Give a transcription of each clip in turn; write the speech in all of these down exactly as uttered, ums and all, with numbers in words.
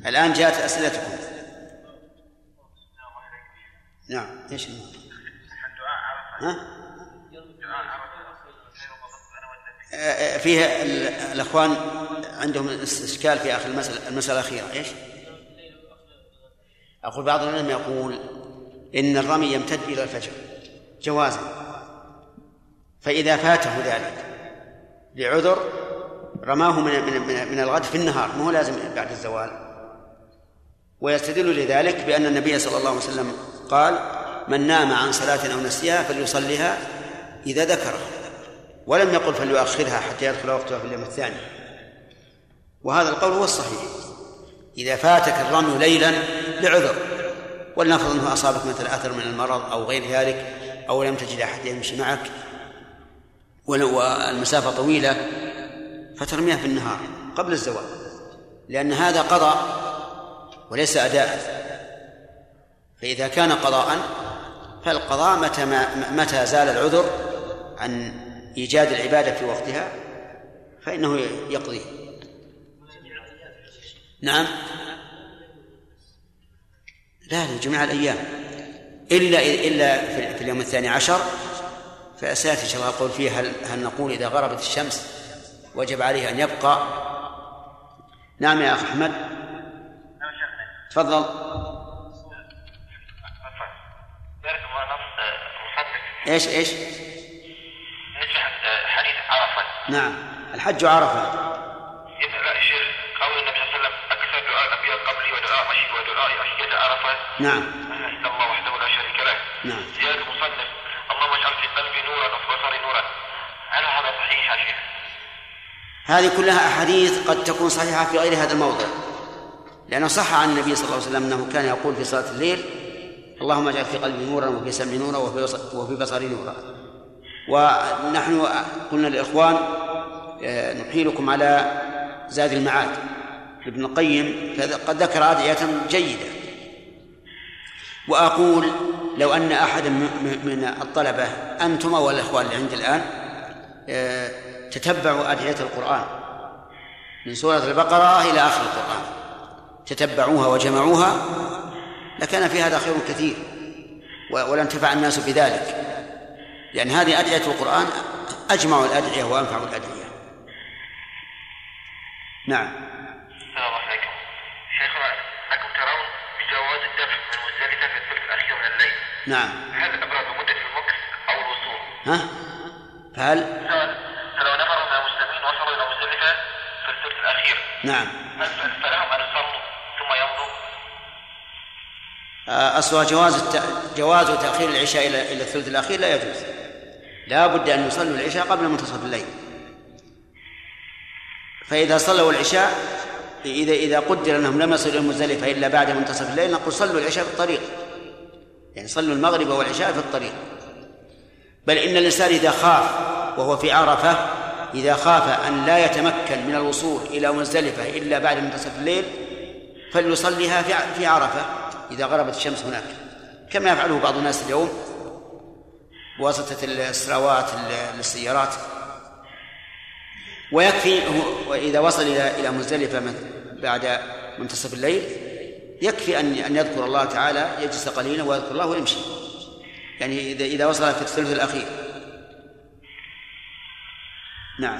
الآن جاءت أسئلتكم. نعم. إيش ها؟ فيه الأخوان عندهم استشكال في آخر المسألة المسألة الأخيرة. إيش؟ أقول بعض العلماء يقول إن الرمي يمتد إلى الفجر جوازا، فإذا فاته ذلك لعذر رماه من من من الغد في النهار، مو لازم بعد الزوال. ويستدل لذلك بأن النبي صلى الله عليه وسلم قال: من نام عن صلاة أو نسيها فليصليها إذا ذكره، ولم يقل فليؤخرها حتى يدخل وقتها في اليوم الثاني. وهذا القول هو الصحيح. إذا فاتك الرمي ليلا لعذر، ولنفرض أنه أصابك مثل أثر من المرض أو غير ذلك، أو لم تجد أحد يمشي معك والمسافة طويلة، فترميها في النهار قبل الزوال، لأن هذا قضاء وليس أداء. فإذا كان قضاء فالقضاء متى, ما متى زال العذر عن إيجاد العبادة في وقتها فإنه يقضي. نعم. لا لجميع الأيام إلا إلا في اليوم الثاني عشر، فسيأتي إن شاء الله أقول فيه هل, هل نقول إذا غربت الشمس وجب عليه أن يبقى. نعم يا أخي أحمد تفضل. إيش إيش حديث عرفة. نعم الحج عرفة. لا شيخ قول النبي صلى الله عليه وسلم أكثر دعاء الأنبياء قبلي ودعاء عشي ودعاء أشهد عرفة. نعم. أن الله وحده لا شريك له. نعم. زيادة المصنف اللهم اجعل في قلبي نورا وفي بصري نورا، هل هذا صحيح يا شيخ؟ هذه كلها أحاديث قد تكون صحيحة في غير هذا الموضع، لأنه صح عن النبي صلى الله عليه وسلم أنه كان يقول في صلاة الليل: اللهم اجعل في قلبي نورا وفي سمعي نورا وفي بصري نورا. ونحن قلنا للإخوان نحيلكم على زاد المعاد لابن القيم، قد ذكر أدعية جيدة. وأقول لو أن أحد من الطلبة أنتم والإخوان اللي عندي الآن تتبعوا أدعية القرآن من سورة البقرة إلى آخر القرآن، تتبعوها وجمعوها، لكان في هذا خير كثير ولانتفع الناس بذلك، لأن هذه أدعية القرآن أجمع الأدعية وأنفع الأدعية. نعم. السلام عليكم شيخنا، أنكم ترون بجواز الذبح من مزدلفة في الثلث الأخير من الليل. نعم. هل أبرز مدة المكث أو الوصول؟ ها؟ فهل؟ فلو نفر من المسلمين وصلوا إلى مزدلفة في الثلث الأخير. نعم. هل فلهم أن يصلوا ثم يمضوا؟ أصل جواز الت... جواز تأخير العشاء إلى إلى الثلث الأخير لا يجوز، لا بد أن يصلوا العشاء قبل منتصف الليل. فإذا صلوا العشاء إذا إذا قدر أنهم لم يصلوا إلى مزدلفة إلا بعد منتصف الليل، نقول صلوا العشاء في الطريق، يعني صلوا المغرب والعشاء في الطريق. بل إن الإنسان إذا خاف وهو في عرفة، إذا خاف أن لا يتمكن من الوصول إلى مزدلفة إلا بعد منتصف الليل فليصليها في عرفة إذا غربت الشمس هناك، كما يفعله بعض الناس اليوم بواسطة السراوات للسيارات. ويكفي وإذا وصل إلى إلى مزدلفة بعد منتصف الليل يكفي أن أن يذكر الله تعالى، يجلس قليلا ويذكر الله ويمشي، يعني إذا إذا وصل في الثلث الأخير. نعم.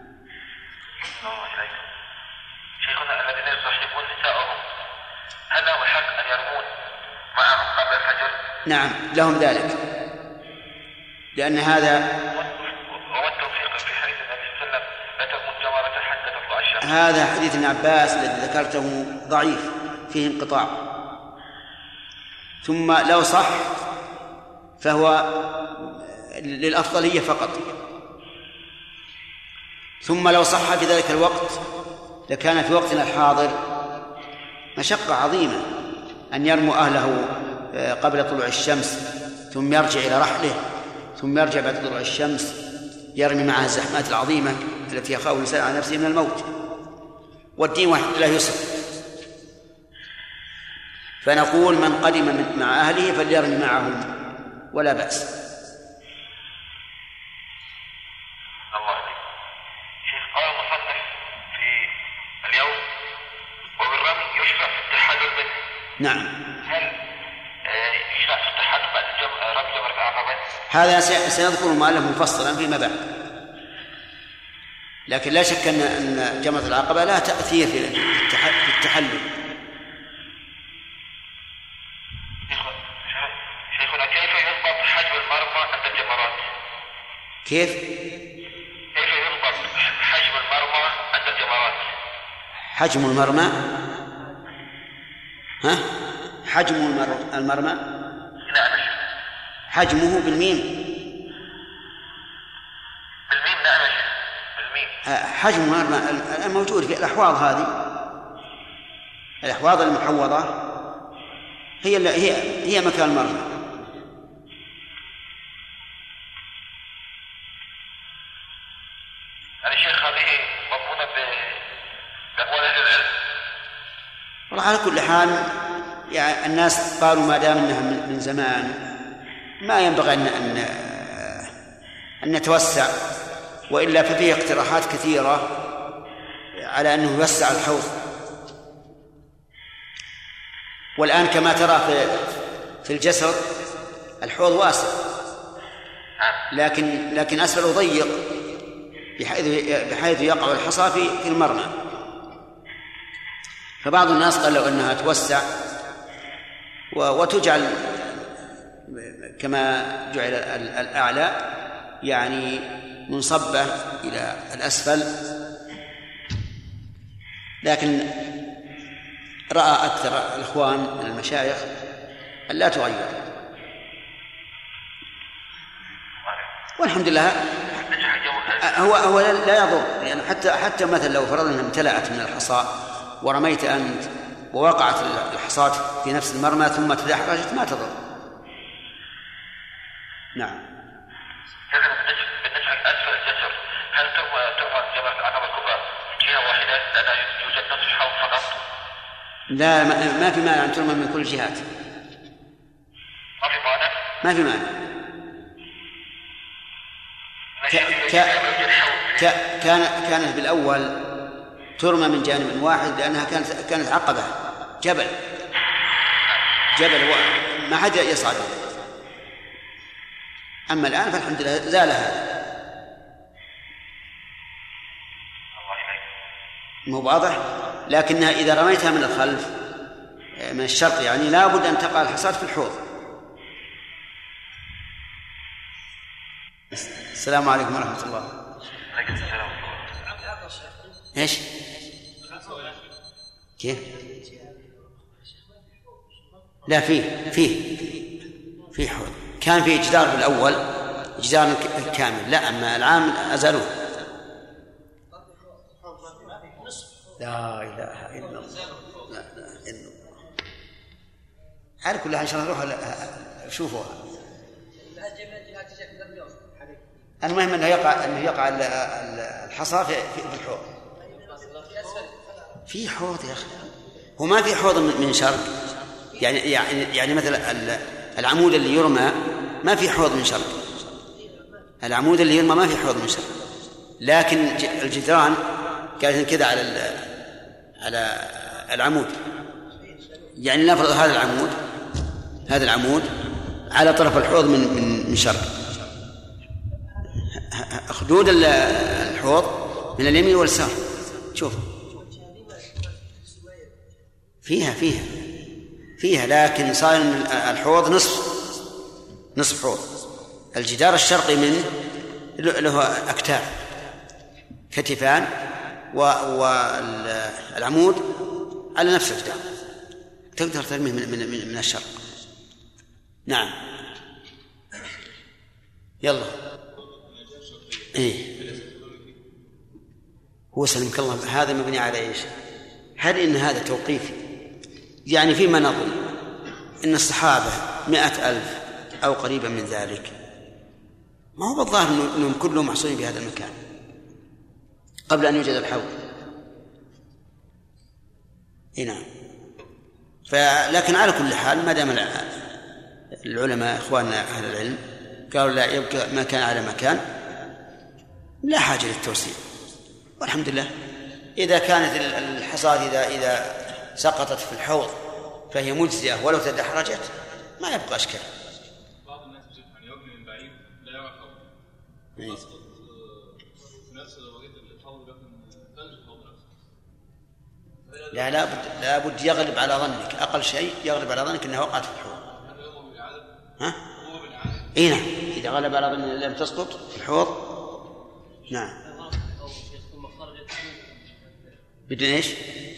شيخنا الذين يصاحبون نساءهم هل لهم الحق أن يرمون معهم قبل الفجر؟ نعم لهم ذلك، لأن هذا والتوفيق في حديث النبي صلى الله عليه وسلم لا تكون جمرة حتى تطلع الشمس. هذا حديث ابن عباس الذي ذكرته ضعيف فيه انقطاع، ثم لو صح فهو للأفضلية فقط، ثم لو صح في ذلك الوقت لكان في وقتنا الحاضر مشقة عظيمة أن يرموا أهله قبل طلوع الشمس ثم يرجع إلى رحله ثم يرجع بعد طلوع الشمس يرمي معها الزحمات العظيمة التي يخاف الإنسان على نفسه من الموت. والدين والحمد لله يسر، فنقول من قدم مع أهله فليرمي معهم ولا بأس. الله عليك شيخ. قال المصنف في اليوم وبالرمي يشرع نعم. هل يشرع في التحقق بعد رمي جمرة العقبة؟ هذا سيذكر المؤلف مفصلا فيما بعد، لكن لا شك أن جمرة العقبة لها تأثير في التحلل. شيخنا كيف يضبط حجم المرمى عند الجمرات؟ كيف؟ كيف يضبط حجم المرمى عند الجمرات؟ حجم المرمى؟ ها؟ حجم المرمى؟ نعم. حجمه بالميم. بالميم نعم يا شيخ بالميم. حجم المرمى الموجود في الأحواض هذه، الأحواض المحوضة هي هي هي مكان المرمى. يعني شيخ هذه مضمونة بأقوال أهل العلم. والله على كل حال يعني الناس قالوا ما دام انها من زمان ما ينبغي ان ان, أن نتوسع، والا ففيه اقتراحات كثيره على انه يوسع الحوض. والان كما ترى في في الجسر الحوض واسع، لكن لكن اسفله ضيق بحيث بحيث يقع الحصى في في المرمى. فبعض الناس قال لو انها توسع وتجعل كما جعل الأعلى يعني منصبة إلى الأسفل، لكن رأى أكثر الإخوان من المشايخ أن لا تغير، والحمد لله. هو هو لا يضر، لأن يعني حتى حتى مثلا لو فرضنا امتلأت من الحصى ورميت أنت ووقعت الحصاة في نفس المرمى ثم تدحرجت ما تضر. نعم. بالنسبة لأسفل الجسر هل ترمى ترمى جمرة العقبة الكبرى جهة واحدة لأنها يوجد نصف الحوض فقط؟ لا، ما في مانع أن ترمى من كل الجهات. ما في مانع؟ ما في مانع. ك... ك... كان كانت بالأول ترمى من جانب واحد لأنها كانت كانت عقبة جبل جبل ما حد يصعد. أما الآن فالحمد لله زال هذا. مو واضح؟ لكنها إذا رميتها من الخلف من الشرق يعني لابد أن تقع الحصاد في الحوض. السلام عليكم ورحمة الله. عليكم السلام. إيش؟ كيف؟ لا فيه فيه فيه حوض. كان فيه جدار بالأول جدار كامل، لا أما العام أزالوه. لا إله إلا الله. لا لا إلا الله. على كل حال إن شاء الله نروح شوفوها. المهم أنه يقع أنه يقع الحصى في في الحوض. في حوض يا أخي، هو ما في حوض من شرق يعني يعني يعني مثلا العمود اللي يرمى ما في حوض من شرق، العمود اللي يرمى ما في حوض من شرق، لكن الجدران كانت كذا على على العمود. يعني نفرض هذا العمود هذا العمود على طرف الحوض من من من شرق، خدود الحوض من اليمين واليسار. شوف فيها فيها فيها لكن صار الحوض نصف نصف حوض. الجدار الشرقي من له أكتاف كتفان والعمود على نفس الجدار، تقدر ترميه من, من, من الشرق. نعم يلا. إيه هو سلمك الله هذا مبني على إيش؟ هل إن هذا توقيفي؟ يعني فيما نظن إن الصحابة مئة ألف أو قريبا من ذلك، ما هو بالظاهر أنهم كلهم محصورين بهذا المكان قبل أن يوجد الحوض. إيه نعم. فلكن على كل حال ما دام العلماء إخواننا أهل العلم قالوا لا يبقى ما كان على مكان لا حاجة للتوسيع، والحمد لله. إذا كانت الحصاد إذا إذا سقطت في الحوض فهي مجزئة ولو تدحرجت ما يبقى أشكال. بعض الناس يبني من بعيد لا يرى الحوض يسقط في نفس وقت الحوض لكن ثلج الحوض نفسه. لا لا بد لا بد يغلب على ظنك، أقل شيء يغلب على ظنك أنها وقعت في الحوض. ها؟ إيه نعم، إذا غلب على ظنك لم تسقط في الحوض نعم. بدون إيش؟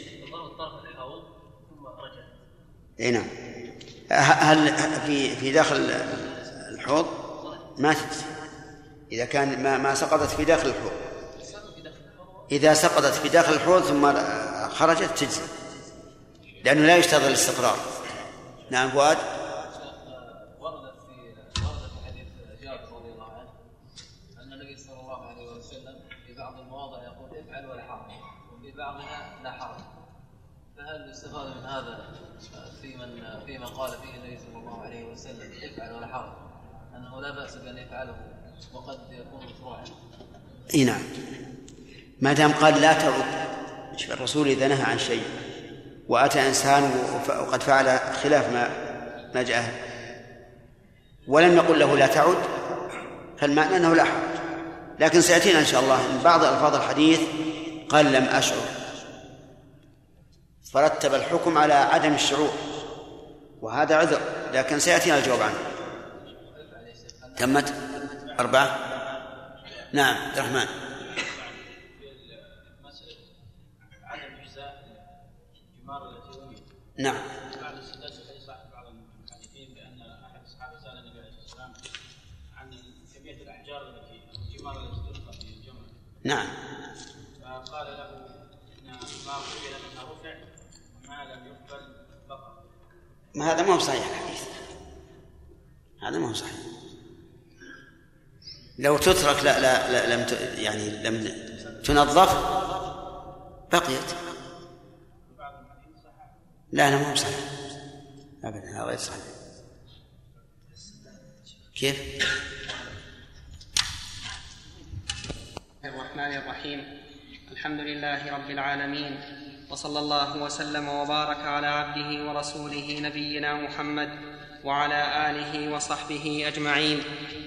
إيه نعم. هل في في داخل الحوض ما تجزي إذا كان ما ما سقطت في داخل الحوض. إذا سقطت في داخل الحوض ثم خرجت تجزي لأنه لا يشترط الاستقرار. نعم فؤاد. وردت في وردت في حديث جابر رضي الله عنه أن النبي صلى الله عليه وسلم في بعض المواضع يقول افعل ولا حرج وفي بعضها لا حرج، فهل يستفاد من هذا في من فيما قال فيه النبي صلى الله عليه وسلم افعل ولا حرج أنه لا بأس بأن يفعله وقد يكون مشروعا؟ اي نعم، ما دام قال لا تعد. الرسول إذا نهى عن شيء وأتى إنسان وقد فعل خلاف ما ما جاء ولم يقل له لا تعد فالمعنى أنه لا حرج. لكن سيأتينا إن شاء الله من بعض ألفاظ الحديث قال لم أشعر فرتب الحكم على عدم الشعور وهذا عذر، لكن سيأتينا الجواب عنه. تمت أربعة. نعم عبد الرحمن. نعم. بعض السادات يصح بعض المحدثين بأن أحد أصحاب سأل النبي عليه الصلاة والسلام عن كمية الأحجار التي الجمار التي تلقى في الجمر. نعم. فقال له إن ما قبل منها رفع وما لم يقبل بقى. ما هذا ما هو صحيح الحديث، هذا ما هو صحيح. لو تترك لا لا, لا لم ت... يعني لم تنظف بقيت. لا لا ما هو صحيح أبدا، هذا غير صحيح. كيف؟ الرحمن الرحيم. الحمد لله رب العالمين، وصلى الله وسلم وبارك على عبده ورسوله نبينا محمد وعلى آله وصحبه أجمعين.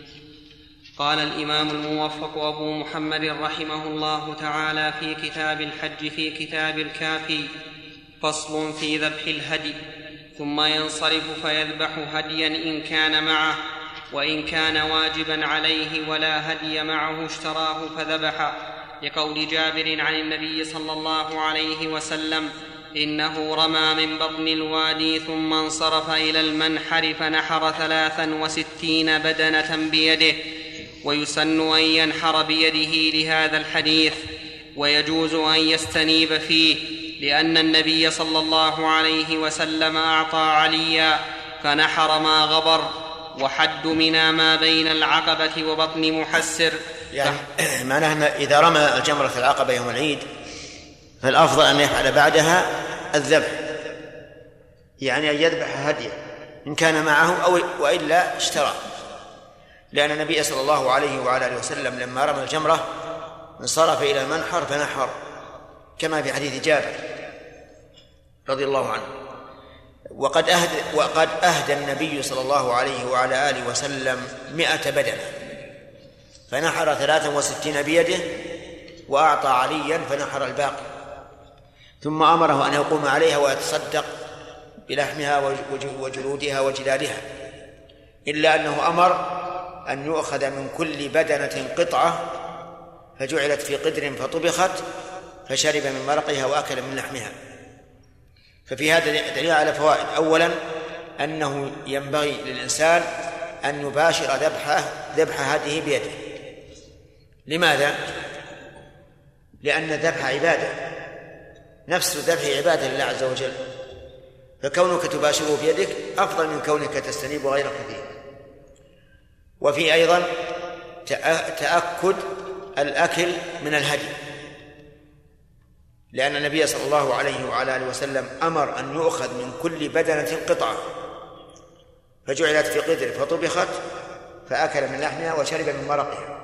قال الإمام الموفق أبو محمد رحمه الله تعالى في كتاب الحج في كتاب الكافي: فصل في ذبح الهدي. ثم ينصرف فيذبح هديا إن كان معه، وإن كان واجبا عليه ولا هدي معه اشتراه فذبح، لقول جابر عن النبي صلى الله عليه وسلم: إنه رمى من بطن الوادي ثم انصرف إلى المنحر فنحر ثلاثا وستين بدنة بيده. ويسن أن ينحر بيده لهذا الحديث، ويجوز أن يستنيب فيه، لأن النبي صلى الله عليه وسلم أعطى عليا فنحر ما غبر، وحد منى ما بين العقبة وبطن محسر. يعني معناه إذا رمى الجمرة العقبة يوم العيد فالأفضل أن يفعل بعدها الذبح، يعني أن يذبح هديه إن كان معه أو وإلا اشترى، لأن النبي صلى الله عليه وعلى آله وسلم لما رمى الجمرة انصرف إلى المنحر فنحر، كما في حديث جابر رضي الله عنه. وقد أهدى, وقد أهدى النبي صلى الله عليه وعلى آله وسلم مئة بدنة فنحر ثلاثا وستين بيده، وأعطى عليا فنحر الباقي، ثم أمره أن يقوم عليها ويتصدق بلحمها وجلودها وجلالها، إلا أنه أمر أن يؤخذ من كل بدنة قطعة فجعلت في قدر فطبخت فشرب من مرقها وأكل من لحمها. ففي هذا دليل على فوائد: أولا أنه ينبغي للإنسان أن يباشر ذبحه ذبح هذه بيده. لماذا؟ لأن الذبح عبادة، نفس الذبح عبادة لله عز وجل، فكونك تباشره بيدك أفضل من كونك تستنيب غيرك فيه. وفي أيضا تأكد الأكل من الهدي، لأن النبي صلى الله عليه وعلى آله وسلم أمر أن يؤخذ من كل بدنة قطعة فجعلت في قدر فطبخت فأكل من لحمها وشرب من مرقها.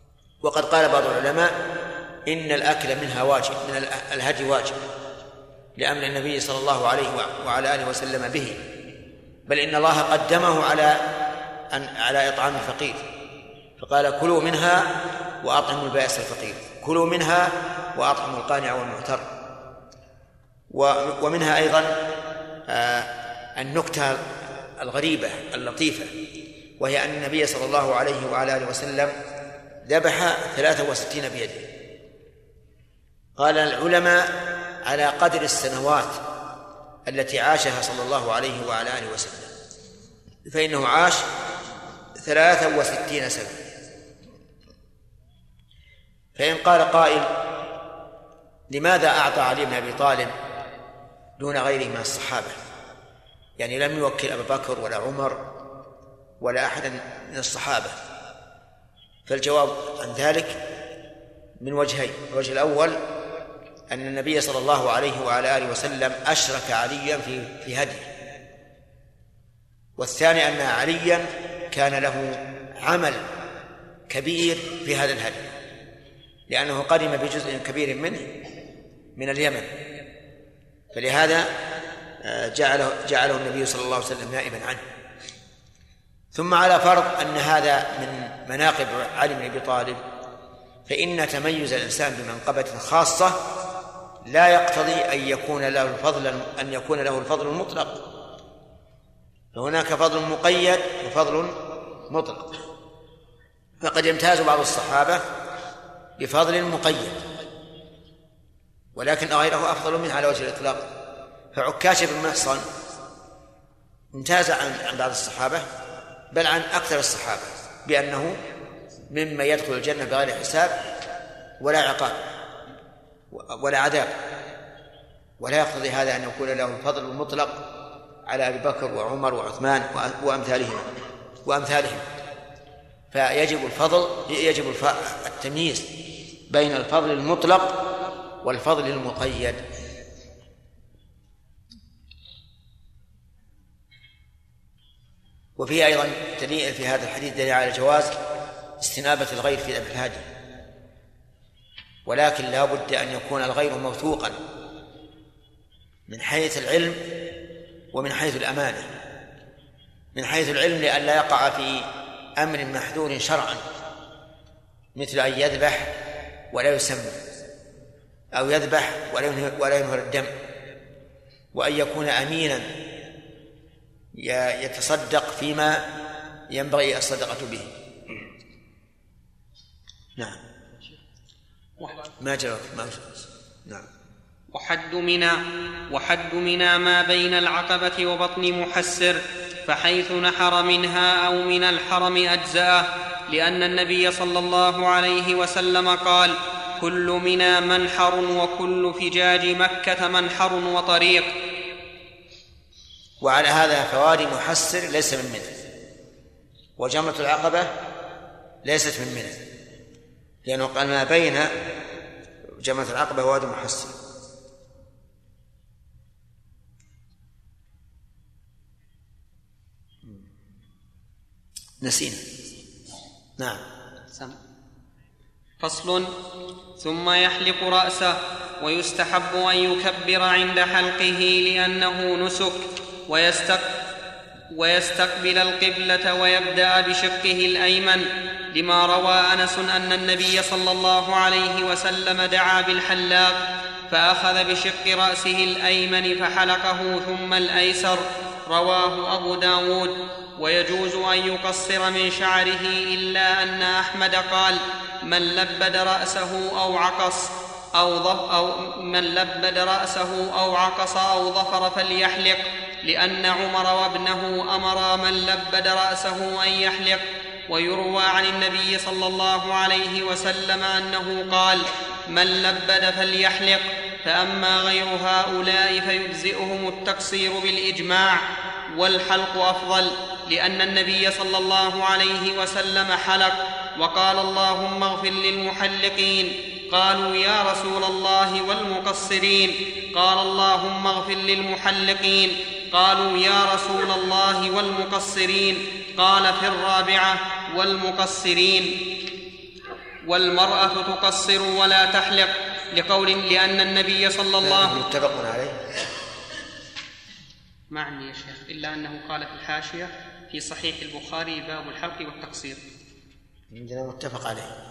وقد قال بعض العلماء إن الأكل منها واجب، من الهدي واجب، لأمر النبي صلى الله عليه وعلى آله وسلم به، بل إن الله قدمه على أن على إطعام الفقير، فقال كلوا منها وأطعموا البائس الفقير، كلوا منها وأطعموا القانع والمعتر. ومنها أيضا النكتة الغريبة اللطيفة، وهي أن النبي صلى الله عليه وعلى آله وسلم ذبح ثلاثة وستين بيده. قال العلماء على قدر السنوات التي عاشها صلى الله عليه وعلى آله وسلم، فإنه عاش ثلاثة وستين سنة. فإن قال قائل لماذا أعطى علي بن أبي طالب دون غيره من الصحابة؟ يعني لم يوكل أبا بكر ولا عمر ولا أحد من الصحابة. فالجواب عن ذلك من وجهين: الوجه الأول أن النبي صلى الله عليه وعلى آله وسلم أشرك عليا في في هديه، والثاني أن عليا كان له عمل كبير في هذا الهدي، لأنه قدم بجزء كبير منه من اليمن، فلهذا جعله, جعله النبي صلى الله عليه وسلم نائبا عنه. ثم على فرض أن هذا من مناقب علي بن أبي طالب، فإن تميز الإنسان بمنقبة خاصة لا يقتضي أن يكون له الفضل أن يكون له الفضل المطلق، فهناك فضل مقيد وفضل مطلق. فقد يمتاز بعض الصحابة بفضل مقيد ولكن غيره أفضل منه على وجه الإطلاق. فعكاشة بن محصن امتاز عن بعض الصحابة بل عن أكثر الصحابة بأنه مما يدخل الجنة بغير حساب ولا عقاب ولا عذاب، ولا يقتضي هذا أن يكون له الفضل المطلق على أبي بكر وعمر وعثمان وأمثالهم وأمثالهم فيجب الفضل يجب التمييز بين الفضل المطلق والفضل المقيد. وفيه أيضا دليل في هذا الحديث دليل على جواز استنابة الغير في ذبح الهدي، ولكن لا بد أن يكون الغير موثوقا من حيث العلم ومن حيث الأمانة. من حيث العلم لئلا يقع في أمر محذور شرعا، مثل أن يذبح ولا يسمى، أو يذبح ولا ينهر الدم، وأن يكون أمينا يتصدق فيما ينبغي الصدقة به. نعم ما جرى ما جرى. نعم. وحد منى وحد منى ما بين العقبة وبطن محسر، فحيث نحر منها أو من الحرم أجزأه، لأن النبي صلى الله عليه وسلم قال: كل منى منحر وكل فجاج مكة منحر وطريق. وعلى هذا فوادي محسر ليس من منى، وجمرة العقبة ليست من منى، لأنه قال ما بين جمرة العقبة ووادي محسر. نسينا. نعم. فصل. ثم يحلق رأسه، ويستحب أن يكبر عند حلقه لأنه نسك، ويستقبل القبلة ويبدأ بشقه الأيمن، لما روى أنس أن النبي صلى الله عليه وسلم دعا بالحلاق فأخذ بشق رأسه الأيمن فحلقه ثم الأيسر، رواه أبو داود. ويجوز أن يقصر من شعره، إلا أن أحمد قال: من لبد رأسه أو عقص أو, ضف أو من لبد رأسه أو عقص أو ظفر فليحلق، لأن عمر وابنه أمر من لبد رأسه أن يحلق. ويروى عن النبي صلى الله عليه وسلم أنه قال: من لبد فليحلق. فأما غير هؤلاء فيجزئهم التقصير بالإجماع، والحلق أفضل، لأن النبي صلى الله عليه وسلم حلق وقال: اللهم اغفر للمحلقين. قالوا: يا رسول الله والمقصرين؟ قال: اللهم اغفر للمحلقين. قالوا: يا رسول الله والمقصرين؟ قال في الرابعة: والمقصرين. والمرأة تقصر ولا تحلق، لقول لأن النبي صلى الله متفق عليه. ما عندي يا شيخ إلا أنه قال في الحاشية في صحيح البخاري باب الحلق والتقصير. عندنا متفق عليه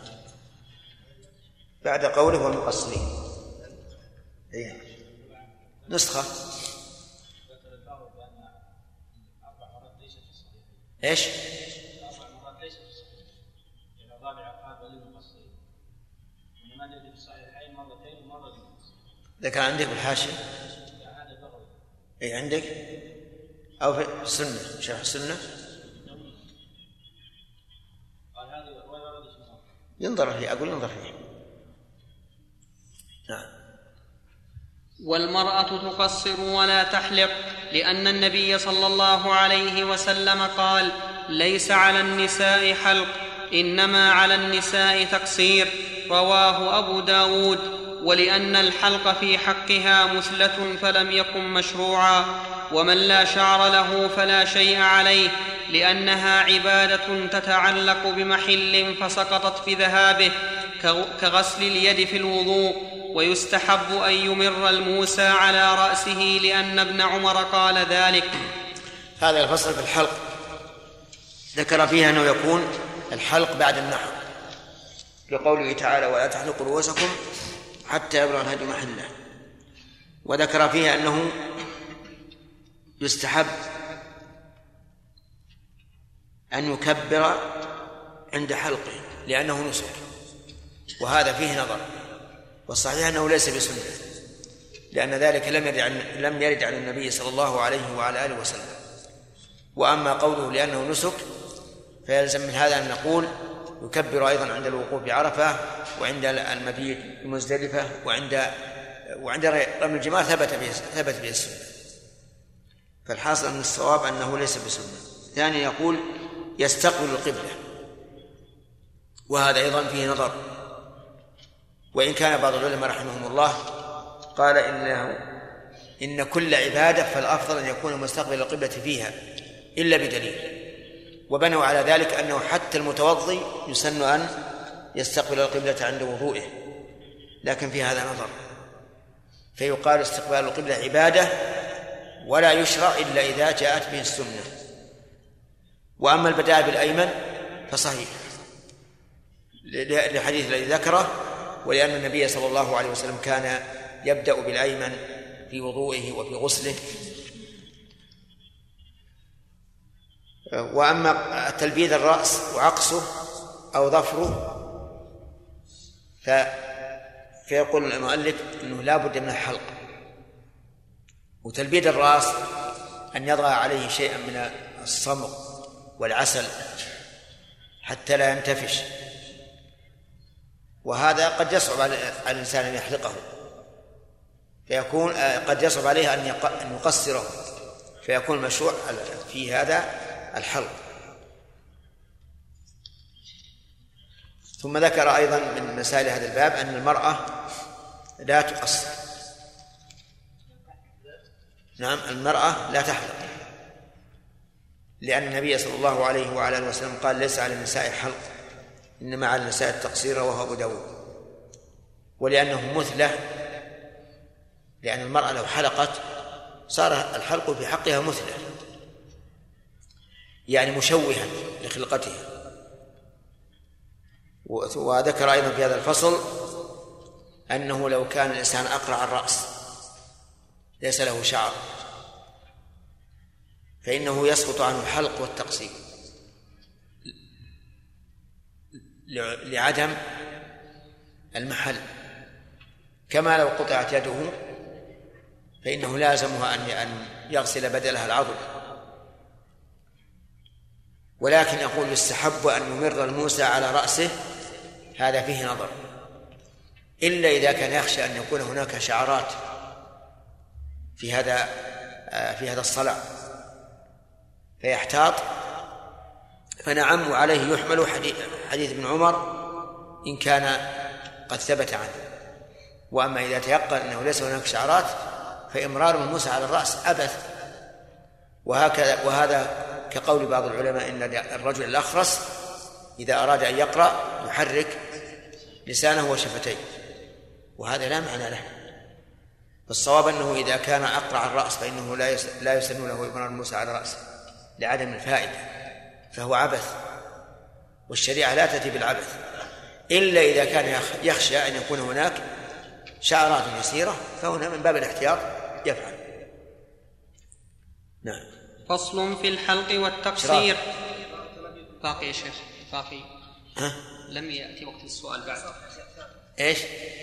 بعد قوله والمقصرين. إيه. نسخة ايش؟ أربع مرات ليس في الصحيح، يعني الرابع قال للمقصرين، وإنما الذي في الصحيحين مرتين ومرة للمقصرين. إذا كان عندك بالحاشية؟ هذا بغوي. إيه عندك؟ أو في السنة، شرح السنة؟ قال هذه ولا ورد اسمه. ينظر فيه، أقول ينظر فيه. نعم. والمرأة تقصر ولا تحلق لأن النبي صلى الله عليه وسلم قال ليس على النساء حلق إنما على النساء تقصير، رواه أبو داود. ولأن الحلق في حقها مثلة فلم يكن مشروعا، ومن لا شعر له فلا شيء عليه لأنها عبادة تتعلق بمحل فسقطت بذهابه كغسل اليد في الوضوء. ويستحب أن يمر الموسى على رأسه لأن ابن عمر قال ذلك. هذا الفصل في الحلق ذكر فيها أنه يكون الحلق بعد النحر لقوله تعالى ولا تحلقوا رؤوسكم حتى يبلغ الهدي محله. وذكر فيها أنه يستحب أن يكبر عند حلقه لأنه نسك، وهذا فيه نظر، والصحيح أنه ليس بسنة لأن ذلك لم يرد عن لم يرد عن النبي صلى الله عليه وعلى آله وسلم. وأما قوله لأنه نسك فيلزم من هذا أن نقول يكبر أيضا عند الوقوف بعرفة وعند المبيت بمزدلفة وعند وعند رمي الجمار ثبت به ثبت به السنة. فالحاصل أن الصواب أنه ليس بسنة. ثانيا يقول يستقبل القبلة، وهذا أيضا فيه نظر، وإن كان بعض العلماء رحمهم الله قال إنه إن كل عبادة فالأفضل أن يكون مستقبل القبلة فيها إلا بدليل، وبنوا على ذلك أنه حتى المتوضي يسن أن يستقبل القبلة عند وضوئه، لكن في هذا نظر، فيقال استقبال القبلة عبادة ولا يشرع إلا إذا جاءت به السنة. وأما البداء بالأيمن فصحيح لحديث الذي ذكره، ولأن النبي صلى الله عليه وسلم كان يبدأ بالأيمن في وضوئه وفي غسله. وأما تلبيد الرأس وعقصه أو ظفره فيقول المؤلف أنه لا بد من الحلق. وتلبيد الرأس أن يضع عليه شيئا من الصمغ والعسل حتى لا ينتفش، وهذا قد يصعب على الإنسان أن يحلقه، فيكون قد يصعب عليه أن يقصره، فيكون مشروع في هذا الحلق. ثم ذكر أيضا من مسائل هذا الباب أن المرأة لا تقصر. نعم، المرأة لا تحلق، لأن النبي صلى الله عليه وعلى آله وسلم قال ليس على النساء حلق إنما على النساء التقصير، وهو أبو داود. ولأنه مثلة، لأن المرأة لو حلقت صار الحلق في حقها مثلة، يعني مشوها لخلقتها. وذكر أيضا في هذا الفصل أنه لو كان الإنسان أقرع الرأس ليس له شعر فإنه يسقط عنه الحلق والتقصير لعدم المحل، كما لو قطعت يده فإنه لازمها أن يغسل بدلها العضد. ولكن يقول يستحب أن يمر الموسى على رأسه، هذا فيه نظر، إلا إذا كان يخشى أن يكون هناك شعرات في هذا في هذا الصلع فيحتاط. فنعم، وعليه يحمل حديث ابن عمر إن كان قد ثبت عنه. وأما إذا تيقن أنه ليس هناك شعرات فإمرار الموسى على الرأس أبث. وهكذا وهذا كقول بعض العلماء إن الرجل الأخرس إذا أراد أن يقرأ يحرك لسانه وشفتيه، وهذا لا معنى له. فالصواب أنه إذا كان أقرع الرأس فإنه لا يسن له إمرار موسى على رأسه لعدم الفائدة، فهو عبث، والشريعة لا تأتي بالعبث إلا إذا كان يخشى أن يكون هناك شعرات يسيرة، فهنا من باب الاحتياط يفعل. نعم. فصل في الحلق والتقصير. باقي يا شيخ باقي. ها؟ لم يأتي وقت السؤال بعد. إيش؟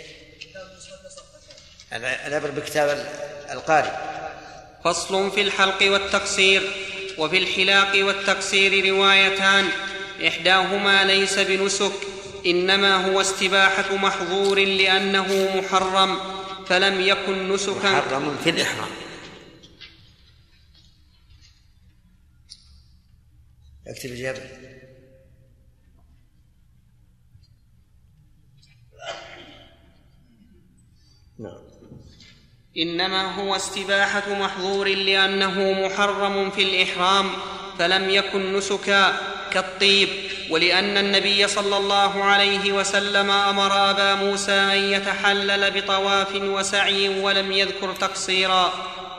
العبر بكتاب القارئ. فصل في الحلق والتقصير. وفي الحلاق والتقصير روايتان، إحداهما ليس بنسك، إنما هو استباحة محظور لأنه محرم فلم يكن نسكا. محرم في الإحرام. اكتب الإجابة. نعم. إنما هو استباحة محظور لأنه محرم في الإحرام فلم يكن نسكا كالطيب، ولأن النبي صلى الله عليه وسلم أمر أبا موسى أن يتحلل بطواف وسعي ولم يذكر تقصيرا.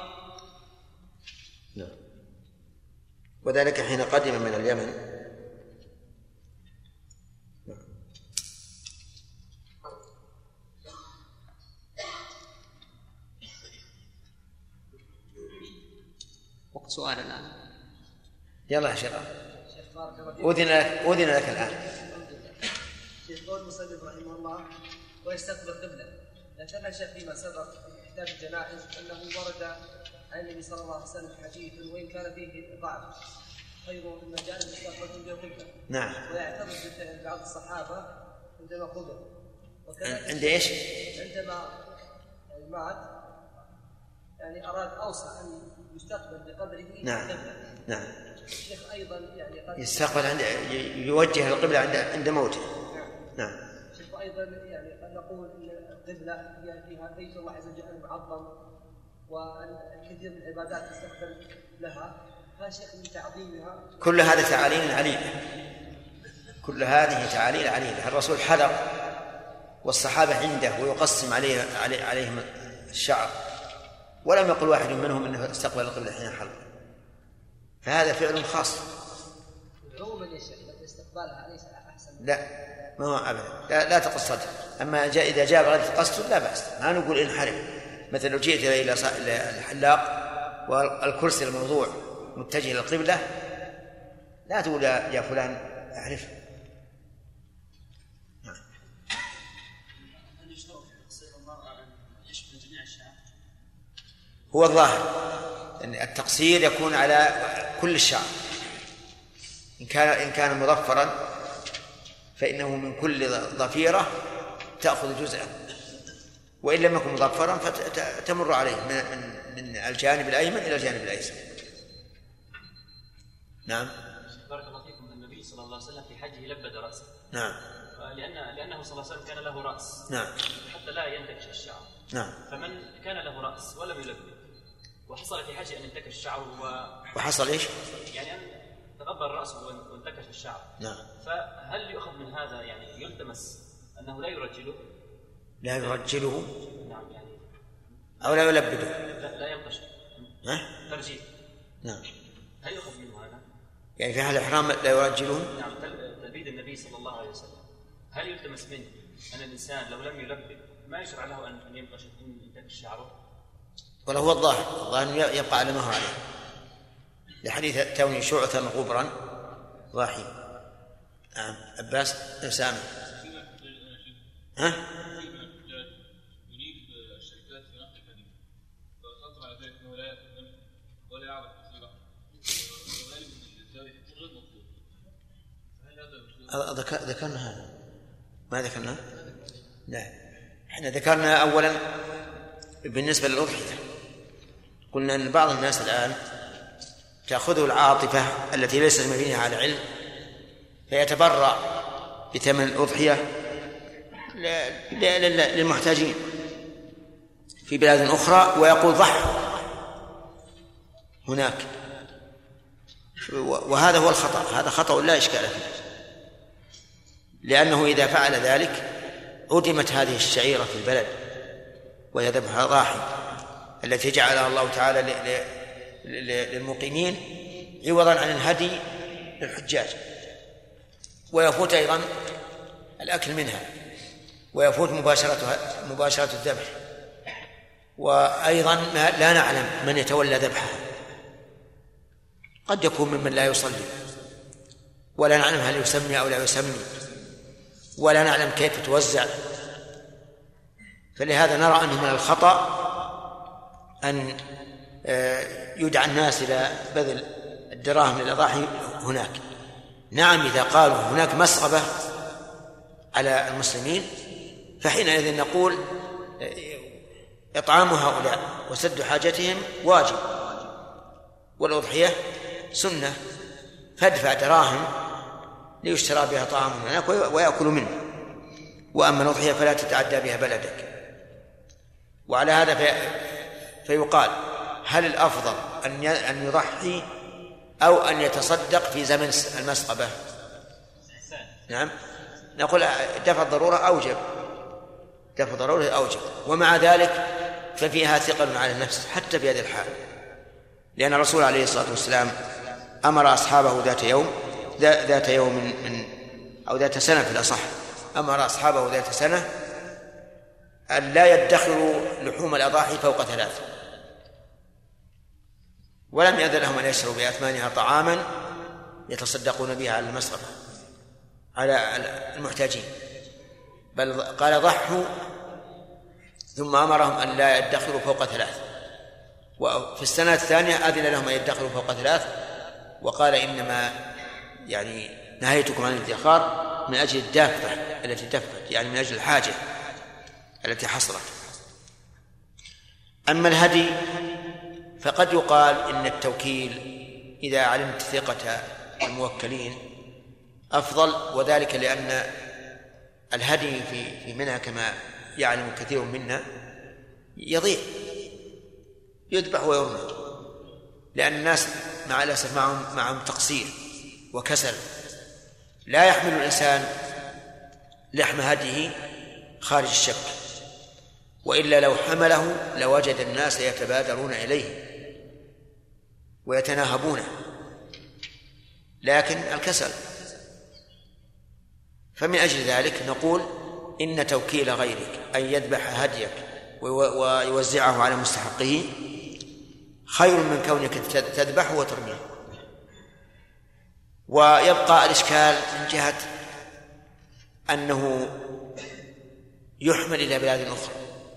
نعم. وذلك حين قدم من اليمن. وقت سؤال الآن. يلا يا شيخ. أذن لك أذن لك الآن. في قول المصنف رحمه الله ويستقبل القبلة، ذكرنا شيخ فيما سبق في كتاب الجنائز أنه ورد عن النبي صلى الله عليه وسلم حديث وإن كان فيه ضعف خير من جانب مستقبل القبلة. نام. ويعترض بعض الصحابة عندما قبل. عند إيش؟ عندما مات يعني أراد أوسع أن يستقبل بقبره. نعم. نعم. الشيخ أيضا يعني قد يستقبل عند يوجه القبلة عند عند موته. نعم. الشيخ أيضا يعني قد نقول إن القبلة هي فيها بيت الله عز وجل معظم والكثير من العبادات تستقبل لها، فالشيخ من تعظيمها. كل هذا تعاليل عليلة. كل هذه تعاليل عليلة. الرسول حلق والصحابة عنده ويقسم عليه عليهم الشعر، ولم يقل واحد منهم انه استقبل القبلة حين حلق، فهذا فعل خاص. عموما يا شيخ استقبالها ليس احسن. لا ما هو ابدا، لا, لا تقصده. اما جاء اذا جاء غير تقصد لا باس، ما نقول انحرم. مثلا لو جئت الى الحلاق والكرسي الموضوع متجه للقبلة لا تقول يا فلان اعرف. هو الظاهر أن التقصير يكون على كل الشعر، إن كان إن كان مظفرا فإنه من كل ضفيرة تأخذ جزءا، وإن لم يكن مظفرا فتمر عليه من من الجانب الأيمن إلى الجانب الأيسر. نعم. بارك الله فيكم. النبي صلى الله عليه وسلم في حجه لبد رأسه. نعم. لأن لأنه صلى الله عليه وسلم كان له رأس. نعم. حتى لا ينتكش الشعر. نعم. فمن كان له رأس ولم يلبد وحصل في حاجة أن ينتكش الشعر و... وحصل إيش؟ يعني أن تغبر رأسه وانتكش الشعر. نعم. فهل يؤخذ من هذا يعني يلتمس أنه لا يرجله؟ لا يرجله. نعم يعني. أو لا يلبده. لا, لا ينقش. ها؟ ترجيل. نعم. هل يؤخذ منه هذا؟ يعني في حال الإحرام لا يرجله؟ نعم. تلبيد النبي صلى الله عليه وسلم هل يلتمس منه أن الإنسان لو لم يلبد ما يشرع له أن ينقش ينتكش شعره؟ ولا هو الظاهر الظاهر يبقى على ما هو عليه، لحديث كوني شعثا غبرا ضاحي. نعم. عباس أسامة. ها؟ يريد الشركات في نقل الحديث فخطر على ذلك انه لا يفهم ولا يعرف تصيره وغالب ان الزاويه يكون غير مطلوب. فهل هذا ذكرنا هذا؟ ما ذكرنا؟ لا، احنا ذكرنا اولا بالنسبه للاضحيه قلنا ان بعض الناس الان تاخذه العاطفه التي ليست مبنيه على علم فيتبرع بثمن الاضحيه للمحتاجين في بلاد أخرى ويقول ضح هناك، وهذا هو الخطأ. هذا خطأ لا إشكال فيه، لأنه إذا فعل ذلك عدمت هذه الشعيرة في البلد وهي ذبح الأضاحي التي جعلها الله تعالى للمقيمين عوضا عن الهدي للحجاج، ويفوت أيضا الأكل منها، ويفوت مباشرة مباشرة الذبح. وأيضا لا نعلم من يتولى ذبحها، قد يكون ممن لا يصلي، ولا نعلم هل يسمي أو لا يسمي، ولا نعلم كيف توزع. فلهذا نرى أنه من الخطأ أن يدعى الناس إلى بذل الدراهم للأضاحي هناك. نعم إذا قالوا هناك مسغبة على المسلمين فحينئذ نقول إطعام هؤلاء وسد حاجتهم واجب، والأضحية سنة، فادفع دراهم ليشترى بها طعام هناك ويأكل منه. وأما الأضحية فلا تتعدى بها بلدك. وعلى هذا في فيقال هل الأفضل أن يضحي أو أن يتصدق في زمن المسغبة؟ نعم نقول دفع الضرورة أوجب، دفع الضرورة أوجب، ومع ذلك ففيها ثقل على النفس حتى بيد الحال، لأن الرسول عليه الصلاة والسلام أمر أصحابه ذات يوم ذات يوم من أو ذات سنة في الأصح، أمر أصحابه ذات سنة أن لا يدخروا لحوم الأضاحي فوق ثلاث، ولم يأذن لهم أن يشربوا بأثمانها طعاما يتصدقون بها على المسغبة على المحتاجين، بل قال ضحوا، ثم أمرهم أن لا يدخروا فوق ثلاث. وفي السنة الثانية أذن لهم أن يدخروا فوق ثلاث، وقال إنما يعني نهيتكم عن الادخار من أجل الدافة التي دفت، يعني من أجل الحاجة التي حصلت. أما الهدي فقد يقال إن التوكيل إذا علمت ثقة الموكلين أفضل، وذلك لأن الهدي في في منها كما يعلم كثير منا يضيع، يذبح ويرمى، لأن الناس مع الأسف معهم معهم تقصير وكسل، لا يحمل الإنسان لحم هديه خارج الشك، وإلا لو حمله لوجد الناس يتبادرون إليه ويتناهبونه، لكن الكسل. فمن أجل ذلك نقول إن توكيل غيرك أن يذبح هديك ويوزعه على مستحقه خير من كونك تذبحه وترميه. ويبقى الإشكال من جهة أنه يحمل إلى بلاد أخرى،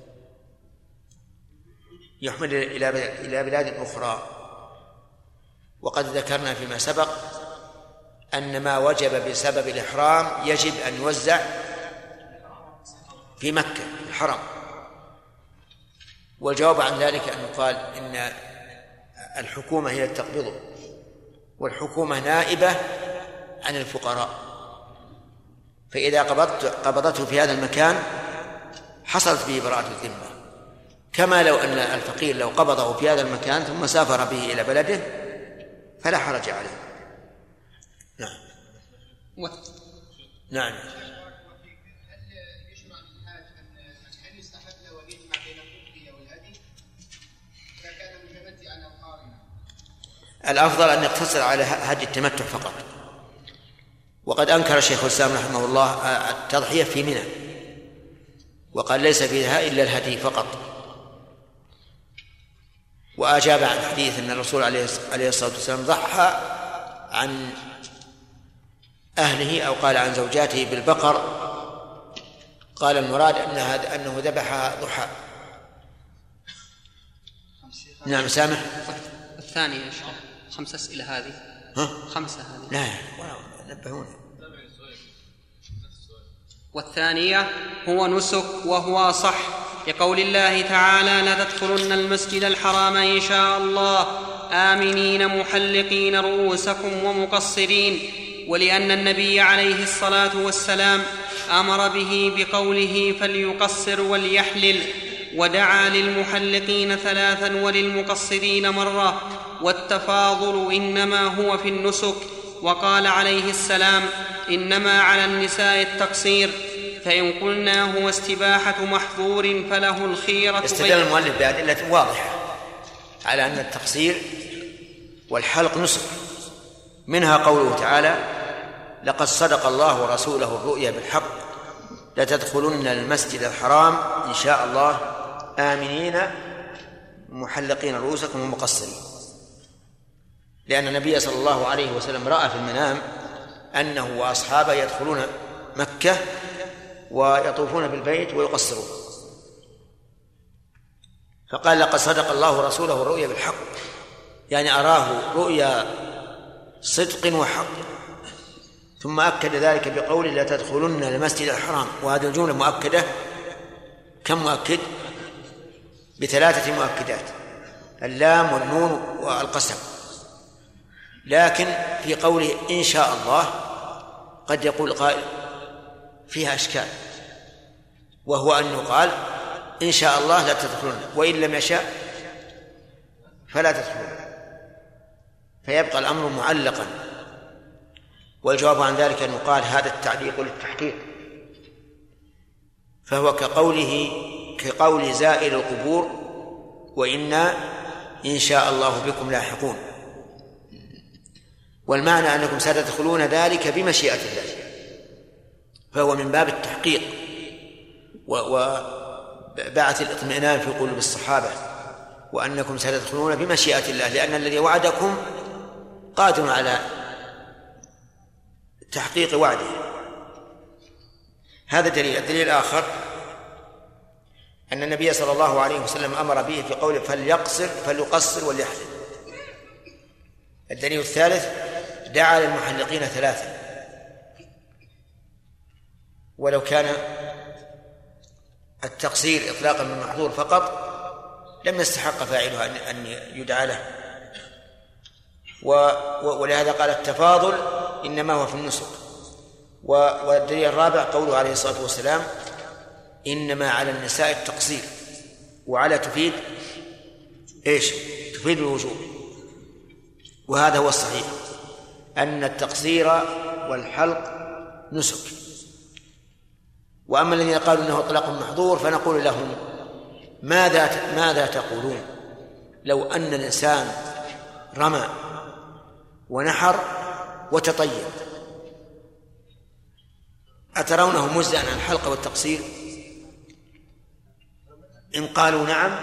يحمل إلى بلاد أخرى، وقد ذكرنا فيما سبق أن ما وجب بسبب الإحرام يجب أن يوزع في مكة الحرم، والجواب عن ذلك أن يقال إن الحكومة هي تقبضه، والحكومة نائبة عن الفقراء، فإذا قبضت قبضته في هذا المكان حصلت به براءة الذمة، كما لو أن الفقير لو قبضه في هذا المكان ثم سافر به إلى بلده فلا حرج عليه. نعم و... نعم. هل يشرع للحاج أن يستحب له أن يجمع بين الأضحية والهدي إذا كان متمتعا أو قارنا؟ الأفضل أن يقتصر على هدي التمتع فقط، وقد أنكر الشيخ الإسلام رحمه الله التضحية في منى، وقال ليس فيها إلا الهدي فقط، وأجاب عن حديث أن الرسول عليه الصلاة والسلام ضحى عن أهله أو قال عن زوجاته بالبقر، قال المراد أنها أنه ذبح ضحى. نعم سامح. الثانية يا شيخ خمس أسئلة هذه. ها؟ خمسة هذه. لا نبهوني. والثانية هو نسك وهو صح، لقول الله تعالى: لا تدخلن المسجد الحرام إن شاء الله آمنين محلقين رؤوسكم ومقصرين، ولأن النبي عليه الصلاة والسلام أمر به بقوله: فليقصر وليحلل، ودعا للمحلقين ثلاثا وللمقصرين مرة، والتفاضل إنما هو في النسك. وقال عليه السلام: إنما على النساء التقصير. فإن قلنا هو استباحة محظور فله الخيرة. استدل المؤلف بأدلة واضحة على أن التقصير والحلق نسك، منها قوله تعالى: لقد صدق الله ورسوله الرؤيا بالحق لتدخلن المسجد الحرام إن شاء الله آمنين محلقين رؤوسكم ومقصرين، لأن النبي صلى الله عليه وسلم رأى في المنام أنه وأصحابه يدخلون مكة ويطوفون بالبيت ويقصرون، فقال: لقد صدق الله ورسوله الرؤيا بالحق، يعني أراه رؤيا صدق وحق. ثم أكد ذلك بقوله: لا تدخلن المسجد الحرام، وهذه الجملة مؤكدة. كم مؤكد؟ بثلاثة مؤكدات: اللام والنون والقسم. لكن في قوله إن شاء الله قد يقول قائل فيها أشكال، وهو أن يقال إن شاء الله لا تدخلون، وإن لم يشاء فلا تدخلون، فيبقى الأمر معلقا. والجواب عن ذلك أن يقال هذا التعليق للتحقيق، فهو كقوله كقول زائر القبور: وإنا إن شاء الله بكم لاحقون. والمعنى أنكم ستدخلون ذلك بمشيئة الله، فهو من باب التحقيق وبعث الاطمئنان في قلوب الصحابة، وأنكم ستدخلون بمشيئة الله، لأن الذي وعدكم قادر على تحقيق وعده. هذا دليل. الدليل الآخر أن النبي صلى الله عليه وسلم أمر به في قوله: فليقصر فليقصر وليحلق. الدليل الثالث: دعا للمحلقين ثلاثة، ولو كان التقصير إطلاقا من محظور فقط لم يستحق فاعله أن يدعى له. ولهذا قال: التفاضل إنما هو في النسك. والدليل الرابع قوله عليه الصلاة والسلام: إنما على النساء التقصير. وعلى تفيد إيش؟ تفيد الوجوب، وهذا هو الصحيح، أن التقصير والحلق نسك. وأما الذين قالوا إنه إطلاق محظور فنقول لهم: ماذا ماذا تقولون لو أن الإنسان رمى ونحر وتطيب، أترونه مجزئا عن الحلق والتقصير؟ إن قالوا نعم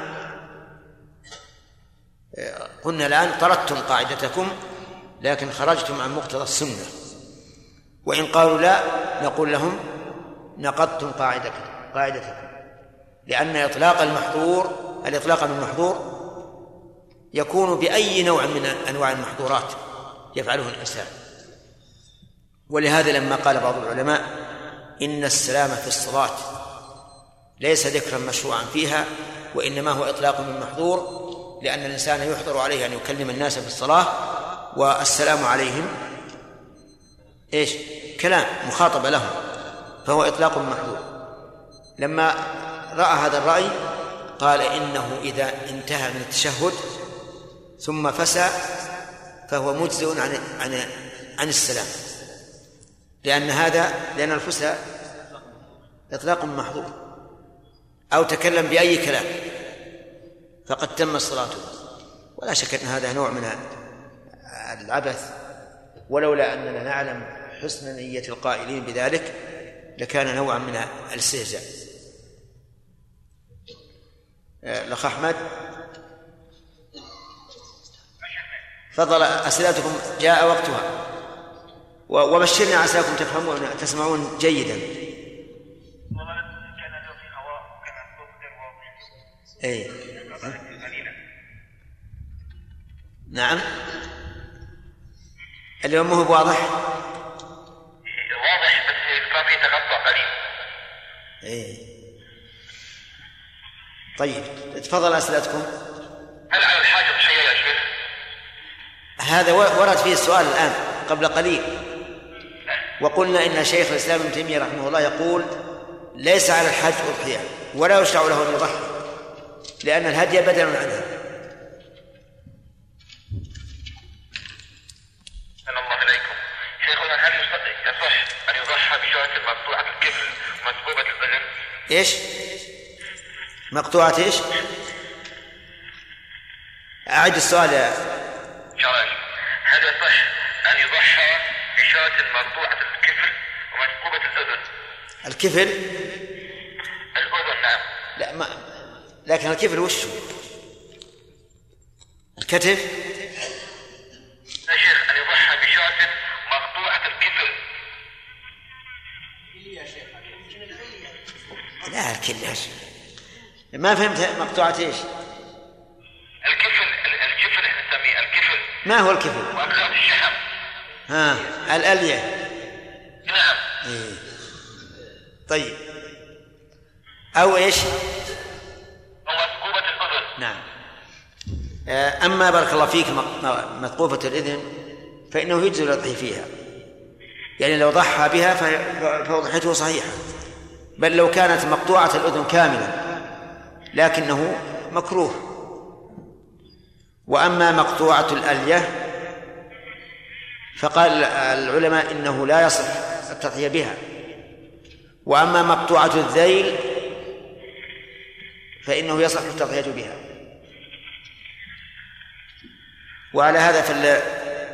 قلنا الآن طردتم قاعدتكم لكن خرجتم عن مقتضى السنة، وإن قالوا لا نقول لهم نقضتم قاعدتكم قاعدتكم لأن إطلاق المحظور الإطلاق من المحظور يكون بأي نوع من أنواع المحظورات يفعله الإنسان. ولهذا لما قال بعض العلماء إن السلام في الصلاة ليس ذكرا مشروعا فيها وإنما هو إطلاق من محظور، لأن الإنسان يحضر عليه أن يكلم الناس في الصلاة والسلام عليهم إيش؟ كلام مخاطب لهم، فهو إطلاق من محظور. لما رأى هذا الرأي قال إنه إذا انتهى من التشهد ثم فسى فهو مجزئ عن عن عن السلام، لأن هذا لأن الفسى إطلاق من محظور، أو تكلم بأي كلام فقد تم صلاته. ولا شك أن هذا نوع من العبث، ولولا أننا نعلم حسن نية القائلين بذلك لكان نوعا من الاستهزاء. الأخ أحمد فضل، أسئلتكم جاء وقتها، وبشرنا عساكم تفهمون تسمعون جيدا. أي نعم، اليوم مو هو واضح واضح بس كان في تقطع قليل. ايه طيب تفضل أسئلتكم. هل على الحاجة شيء يا شيخ؟ هذا ورد فيه السؤال الآن قبل قليل، وقلنا إن شيخ الإسلام ابن تيمية رحمه الله يقول ليس على الحاج أضحية ولا يشرع له أن يضحي لأن الهدي بدل عنها. الله إليكم شيخنا، هل يصح أن يضحي يضحى بشاة مقطوعة الكفل ومثقوبة الأذن؟ إيش؟ مقطوعة إيش؟ أعد السؤال يا شرش. هل يصح أن يضحى بشاة مقطوعة الكفل ومثقوبة الأذن؟ الكفل؟ الأذن نعم. لا ما لكن الكفل وش؟ الكتف؟ يا شيخ أن يضحى بشاة مقطوعة الكفل. لا الكل ما فهمت مقطوعة إيش؟ الكفل الكفل احنا نسميه الكفل. ما هو الكفل؟ وأقراط الشحم. ها الألية. نعم. إيه. طيب أو إيش؟ ومثقوبة الأذن. نعم. أما بارك الله فيك مثقوبة الأذن فإنه يجزي الأضحية فيها، يعني لو ضحى بها فأضحيته صحيحة، بل لو كانت مقطوعة الأذن كاملة لكنه مكروه. وأما مقطوعة الألية فقال العلماء إنه لا يصح التضحية بها. وأما مقطوعة الذيل فإنه يصح التضحية بها. وعلى هذا فال...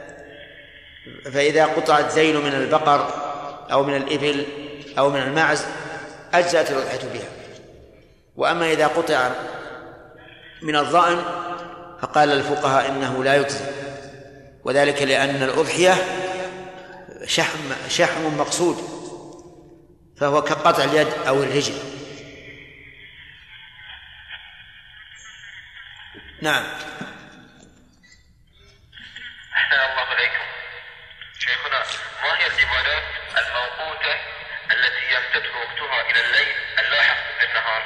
فإذا قطع الذيل من البقر أو من الإبل أو من الماعز أجزأت الأضحية بها. وأما إذا قطع من الضأن فقال الفقهاء إنه لا يجزي، وذلك لأن الأضحية شحم شحم مقصود، فهو كقطع اليد أو الرجل. نعم. أحسن الله إليكم. شيخنا، ما هي العبادات الموقوتة التي يمتد وقتها إلى الليل اللاحق بالنهار؟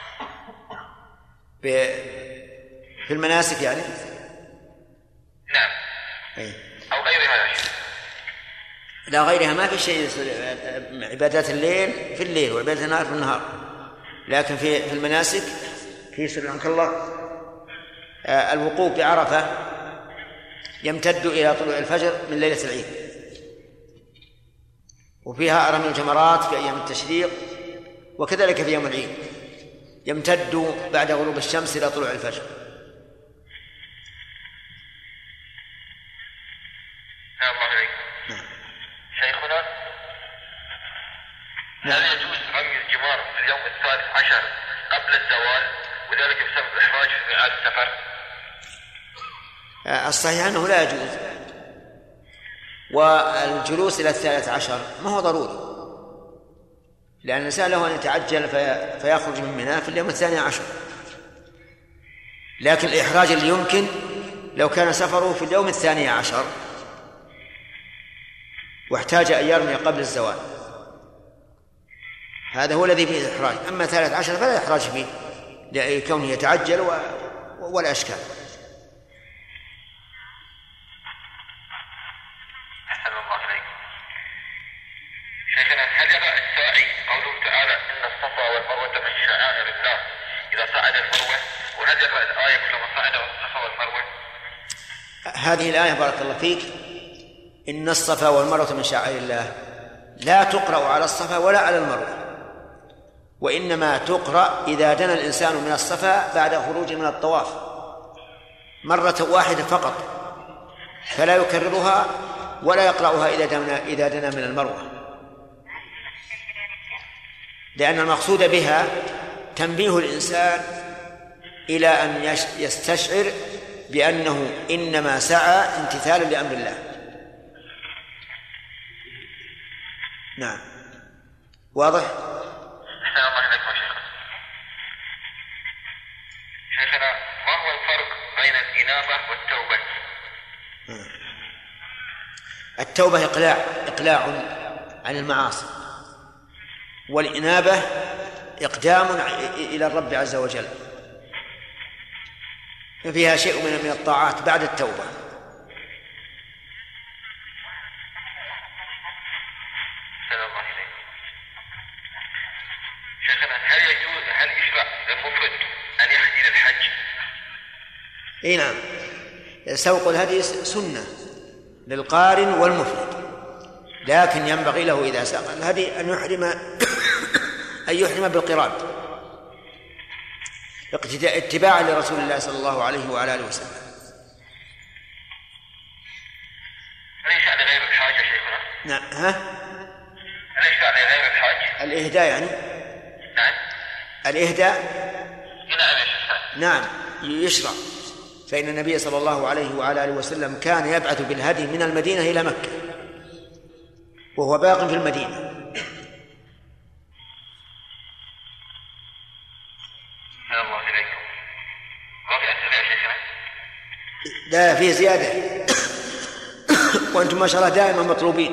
في المناسك يعني؟ نعم. أي. أو غيرها يا شيخ؟ لا غيرها ما في شيء. عبادات الليل في الليل وعبادات النهار في النهار، لكن في في المناسك في سبحانك الله الوقوف بعرفة يمتد إلى طلوع الفجر من ليلة العيد، وفيها رمي الجمرات في أيام التشريق، وكذلك في يوم العيد يمتد بعد غروب الشمس إلى طلوع الفجر. الله عليكم. شيخنا، هل يجوز رمي الجمار في اليوم الثالث عشر قبل الزوال وذلك بسبب الإحراج في ميعاد السفر؟ الصحيح أنه لا يجوز، والجلوس إلى الثالث عشر ما هو ضروري، لأن الإنسان له أن يتعجل في فيخرج من منى في اليوم الثاني عشر، لكن الإحراج اللي يمكن لو كان سفره في اليوم الثاني عشر واحتاج أن يرمي قبل الزوال، هذا هو الذي فيه الإحراج. أما ثالث عشر فلا إحراج فيه لكونه يتعجل و... ولا أشكال. أحسن الله عليكم. شيخنا، هل يرى الساعي قوله تعالى إن الصفا والمروة من شعائر الله إذا صعد المروة، وهل يرى الآية كلما صعد الصفا والمروة؟ هذه الآية بارك الله فيك إن الصفا والمروة من شعائر الله لا تقرأ على الصفا ولا على المروة، وإنما تقرأ إذا دنا الإنسان من الصفا بعد خروج من الطواف مرة واحدة فقط، فلا يكررها ولا يقرأها إذا دنا إذا دنا من المروة، لأن المقصود بها تنبيه الإنسان إلى أن يستشعر بأنه إنما سعى امتثالا لأمر الله. نعم، واضح؟ أحسن الله عليكم يا شيخنا. شيخنا، ما هو الفرق بين الإنابة والتوبة؟ التوبة إقلاع إقلاع عن المعاصي، والإنابة إقدام إلى الرب عز وجل، ففيها شيء من الطاعات بعد التوبة. شيخنا، هل يجوز هل يشرع للمفرد أن يحج للحج؟ اي نعم، سوق الهدي سنة للقارن والمفرد، لكن ينبغي له إذا ساق الهدي أن يحرم أن يحرم بالقران اتباعا لرسول الله صلى الله عليه وعلى آله وسلم. ليس على غير الحاج يا شيخنا؟ نعم. ها؟ ليس على غير الحاج؟ الإهداء يعني؟ نعم. الإهداء؟ نعم. نعم يشرع، فإن النبي صلى الله عليه وعلى آله وسلم كان يبعث بالهدي من المدينة إلى مكة وهو باق في المدينة. الله إليكم. ما في أسئلة يا شيخنا؟ لا في زيادة وأنتم ما شاء الله دائما مطلوبين.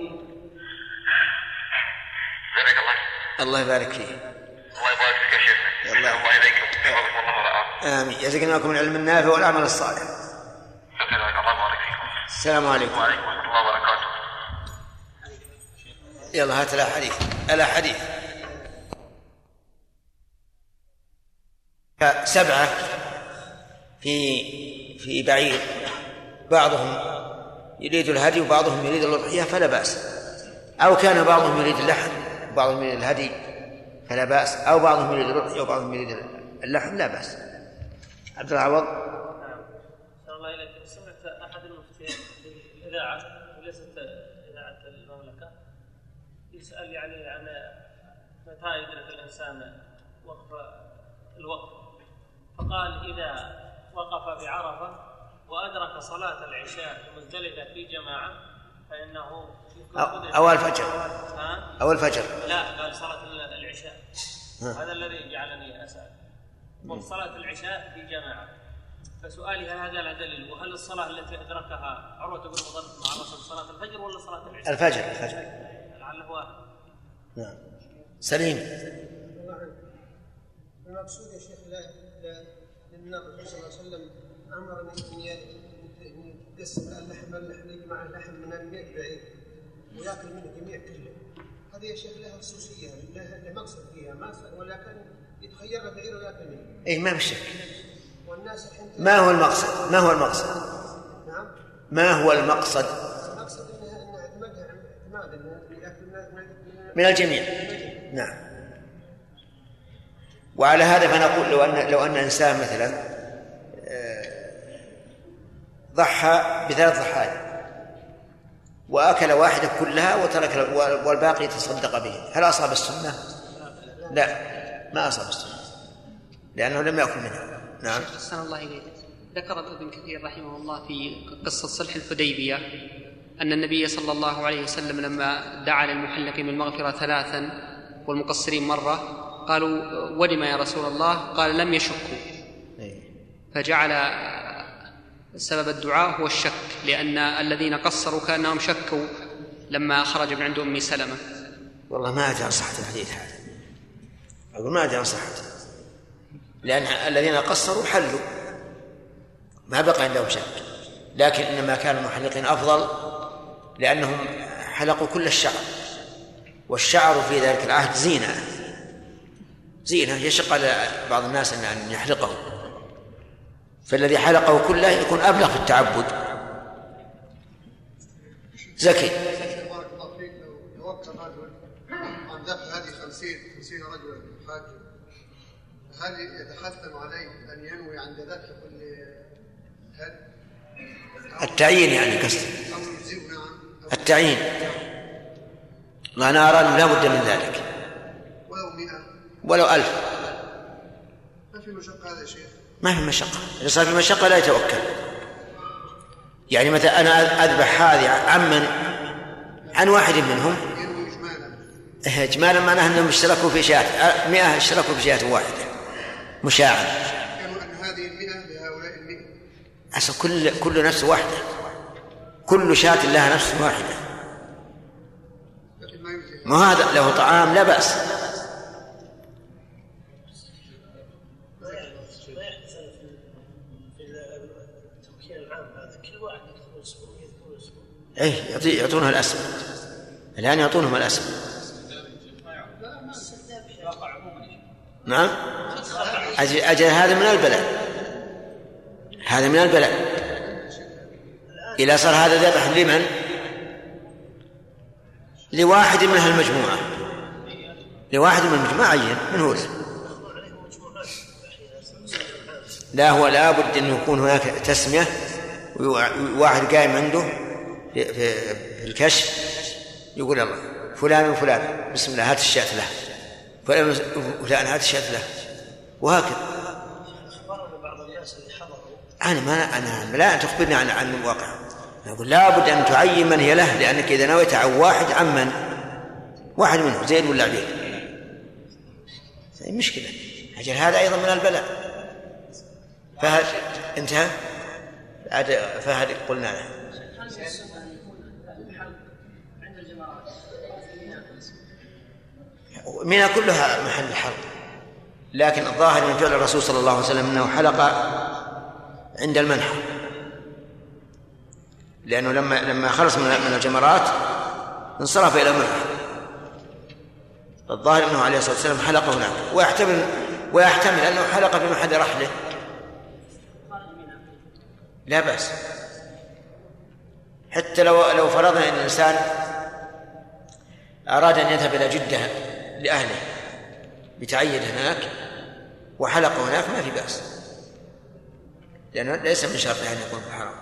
بارك الله. الله يبارك فيه. الله يبارك فيك يا شيخنا. الله الله إليكم. حفظكم الله ورعاكم. آمين. جزاكم من العلم النافع والعمل الصالح. شكرا لك. الله يبارك فيكم. السلام عليكم. وعليكم ورحمة الله وبركاته. يلا هات الأحاديث. الأحاديث سبعة في في بعير، بعضهم يريد الهدي وبعضهم يريد الأضحية فلا بأس، أو كان بعضهم يريد اللحم وبعضهم يريد الهدي فلا بأس، أو بعضهم يريد الأضحية وبعضهم يريد اللحم لا بأس. عبد العوض. نعم. صلى الله إليك. سمعت أحد المفتين في الإذاعة وليست إذاعة المملكة يسأل يعني عن متى يدرك الإنسان وقف الوقت، فقال إذا وقف بعرفة وأدرك صلاة العشاء المزدلفة في جماعة فإنه أو الفجر أو الفجر لا قال صلاة العشاء. هذا الذي جعلني أسأل. وصلاة العشاء في جماعة، فسؤالي هل هذا له دليل؟ وهل الصلاة التي أدركها عروة بن مضرب مع الرسول صلاة الفجر ولا صلاة العشاء؟ الفجر. الفجر لعله واحد. نعم. سليم. المقصود يا شيخ لا النبي صلى الله عليه وسلم امر ان يقسم اللحم اللحم يجمع اللحم من المئة بعير وياكل منه جميع كله. هذه يا شيخ لها خصوصيه، لها مقصد فيها، ما ولكن يتخير له بعير وياكل منه. اي ما بشك. والناس الحين ما هو المقصد؟ ما هو المقصد؟ نعم. ما هو المقصد؟ المقصد انها ان اعتمادها اعتماد انه ياكل من الجميع. نعم. وعلى هذا فنقول لو أن لو أن إنسان مثلا ضحى بثلاث ضحايا وأكل واحدة كلها وترك والباقي يتصدق به، هل أصاب السنة؟ لا، ما أصاب السنة لأنه لم يأكل منها. نعم. أحسن الله إليك. ذكر ابن كثير رحمه الله في قصة صلح الحديبية أن النبي صلى الله عليه وسلم لما دعا للمحلقين بالمغفرة ثلاثا والمقصرين مرة قالوا ولم يا رسول الله؟ قال لم يشكوا، فجعل سبب الدعاء هو الشك، لأن الذين قصروا كأنهم شكوا لما خرج من عند أم سلمة. والله ما أدري عن صحة الحديث هذا، أقول ما أدري عن صحته، لأن الذين قصروا حلوا ما بقى عندهم شك، لكن إنما كان المحلقين أفضل لأنهم حلقوا كل الشعر، والشعر في ذلك العهد زينة زينة يشق على بعض الناس أن يحلقه، فالذي حلقه كله يكون أبلغ في التعبد. زكي. بارك الله فيك. لو توكل رجل عن ذبح هذه خمسين خمسين رجلا حاج، هل يتحتم عليه أن ينوي عند ذبح كل هل؟ التعيين يعني قصدي التعيين. وأنا أرى أنه لا بد من ذلك ولو مئة ولو ألف. ما في مشقة هذا يا شيخ؟ ما في مشقة، إذا صار في مشقة لا يتوكل. يعني متى أنا أذبح هذه عمن عن واحد منهم إجمالا معناه أنهم اشتركوا في شاة مئة اشتركوا في شاة واحدة مشاعا، كانوا أن هذه المئة لهؤلاء المئة أصل كل كل نفس واحدة، كل شاة لها نفس واحدة. ما هذا له طعام لا بأس. ايه يعطونها الاسم الان يعطونهم الاسم. نعم. اجل, أجل هذا من البلاء، هذا من البلاء. اذا صار هذا ذبح لمن لواحد من هالمجموعة، لواحد من المجموعة عين من هو؟ لا، هو لابد أن يكون هناك تسمية، واحد قائم عنده في الكشف يقول الله فلان وفلان بسم الله هات الشاة له، فلان وفلان هات الشاة له، وهكذا. أنا ما أنا لا تخبرني عن عن الواقع، نقول لابد أن تعين من هي له، لأنك إذا نويت عن واحد عن من واحد منه زيد ولا عبيد مشكلة. أجل هذا أيضا من البلاء. فهد انتهى فهد قلنا له منها كلها محل الحلق، لكن الظاهر من فعل الرسول صلى الله عليه وسلم أنه حلق عند المنحر، لأنه لما لما خلص من الجمرات انصرف إلى المنحر. الظاهر أنه عليه الصلاة والسلام حلق هناك، ويحتمل ويحتمل أنه حلق في محل رحله لا بأس. حتى لو لو فرضنا أن الإنسان أراد أن يذهب إلى جدة لأهله بتعيد هناك وحلق هناك ما في بأس، لأنه ليس من شرطه أن يكون في الحرم.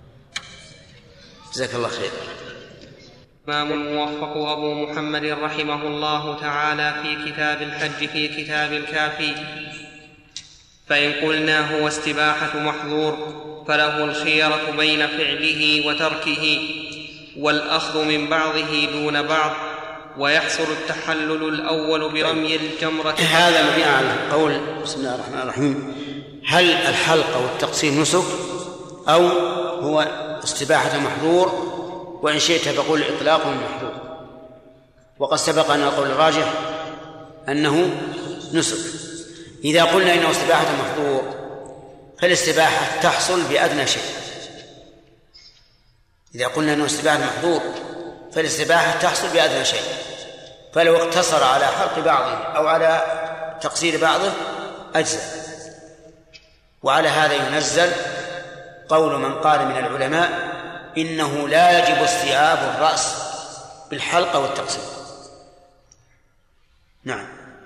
جزاك الله خير. الإمام الموفق أبو محمد رحمه الله تعالى في كتاب الحج في كتاب الكافي: فإن قلنا هو استباحة محظور فله الخيرة بين فعله وتركه والأخذ من بعضه دون بعض، ويحصل التحلل الأول برمي الجمرة. هذا مبني على قول بسم الله الرحمن الرحيم: هل الحلق أو التقصير نسك أو هو استباحة محظور؟ وإن شئت فقل إطلاق محظور. وقد سبق أن القول الراجح أنه نسك. إذا قلنا إنه استباحة محظور فالاستباحة تحصل بأدنى شيء. إذا قلنا إنه استباحة محظور فالاستباحة تحصل بأدنى شيء، فلو اقتصر على حلق بعضه أو على تقصير بعضه أجزاء. وعلى هذا ينزل قول من قال من العلماء إنه لا يجب استيعاب الرأس بالحلق والتقصير. نعم.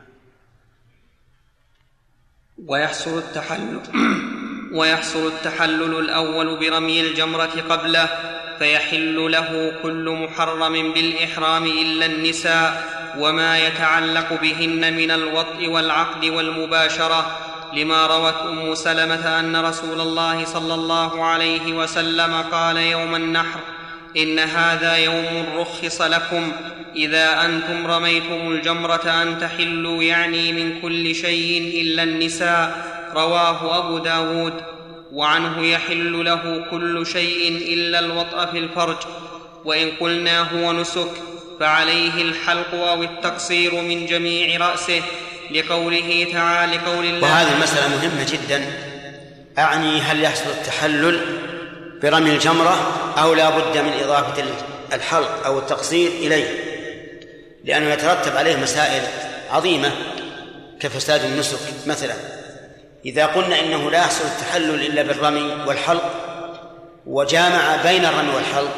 ويحصل التحلل ويحصل التحلل الأول برمي الجمرة قبله، فيحل له كل محرم بالإحرام إلا النساء وما يتعلق بهن من الوطء والعقد والمباشرة، لما روت أم سلمة أن رسول الله صلى الله عليه وسلم قال يوم النحر: إن هذا يوم رخص لكم إذا أنتم رميتم الجمرة أن تحلوا، يعني من كل شيء إلا النساء. رواه أبو داود. وعنه يحل له كل شيء إلا الوطأ في الفرج. وإن قلنا هو نسك فعليه الحلق أو التقصير من جميع رأسه، لقوله تعالى لقول الله. وهذه المسألة مهمة جدا، أعني هل يحصل التحلل برمي الجمرة أو لا بد من إضافة الحلق أو التقصير إليه، لأنه يترتب عليه مسائل عظيمة كفساد النسك مثلا. إذا قلنا إنه لا يحصل التحلل إلا بالرمي والحلق وجامع بين الرمي والحلق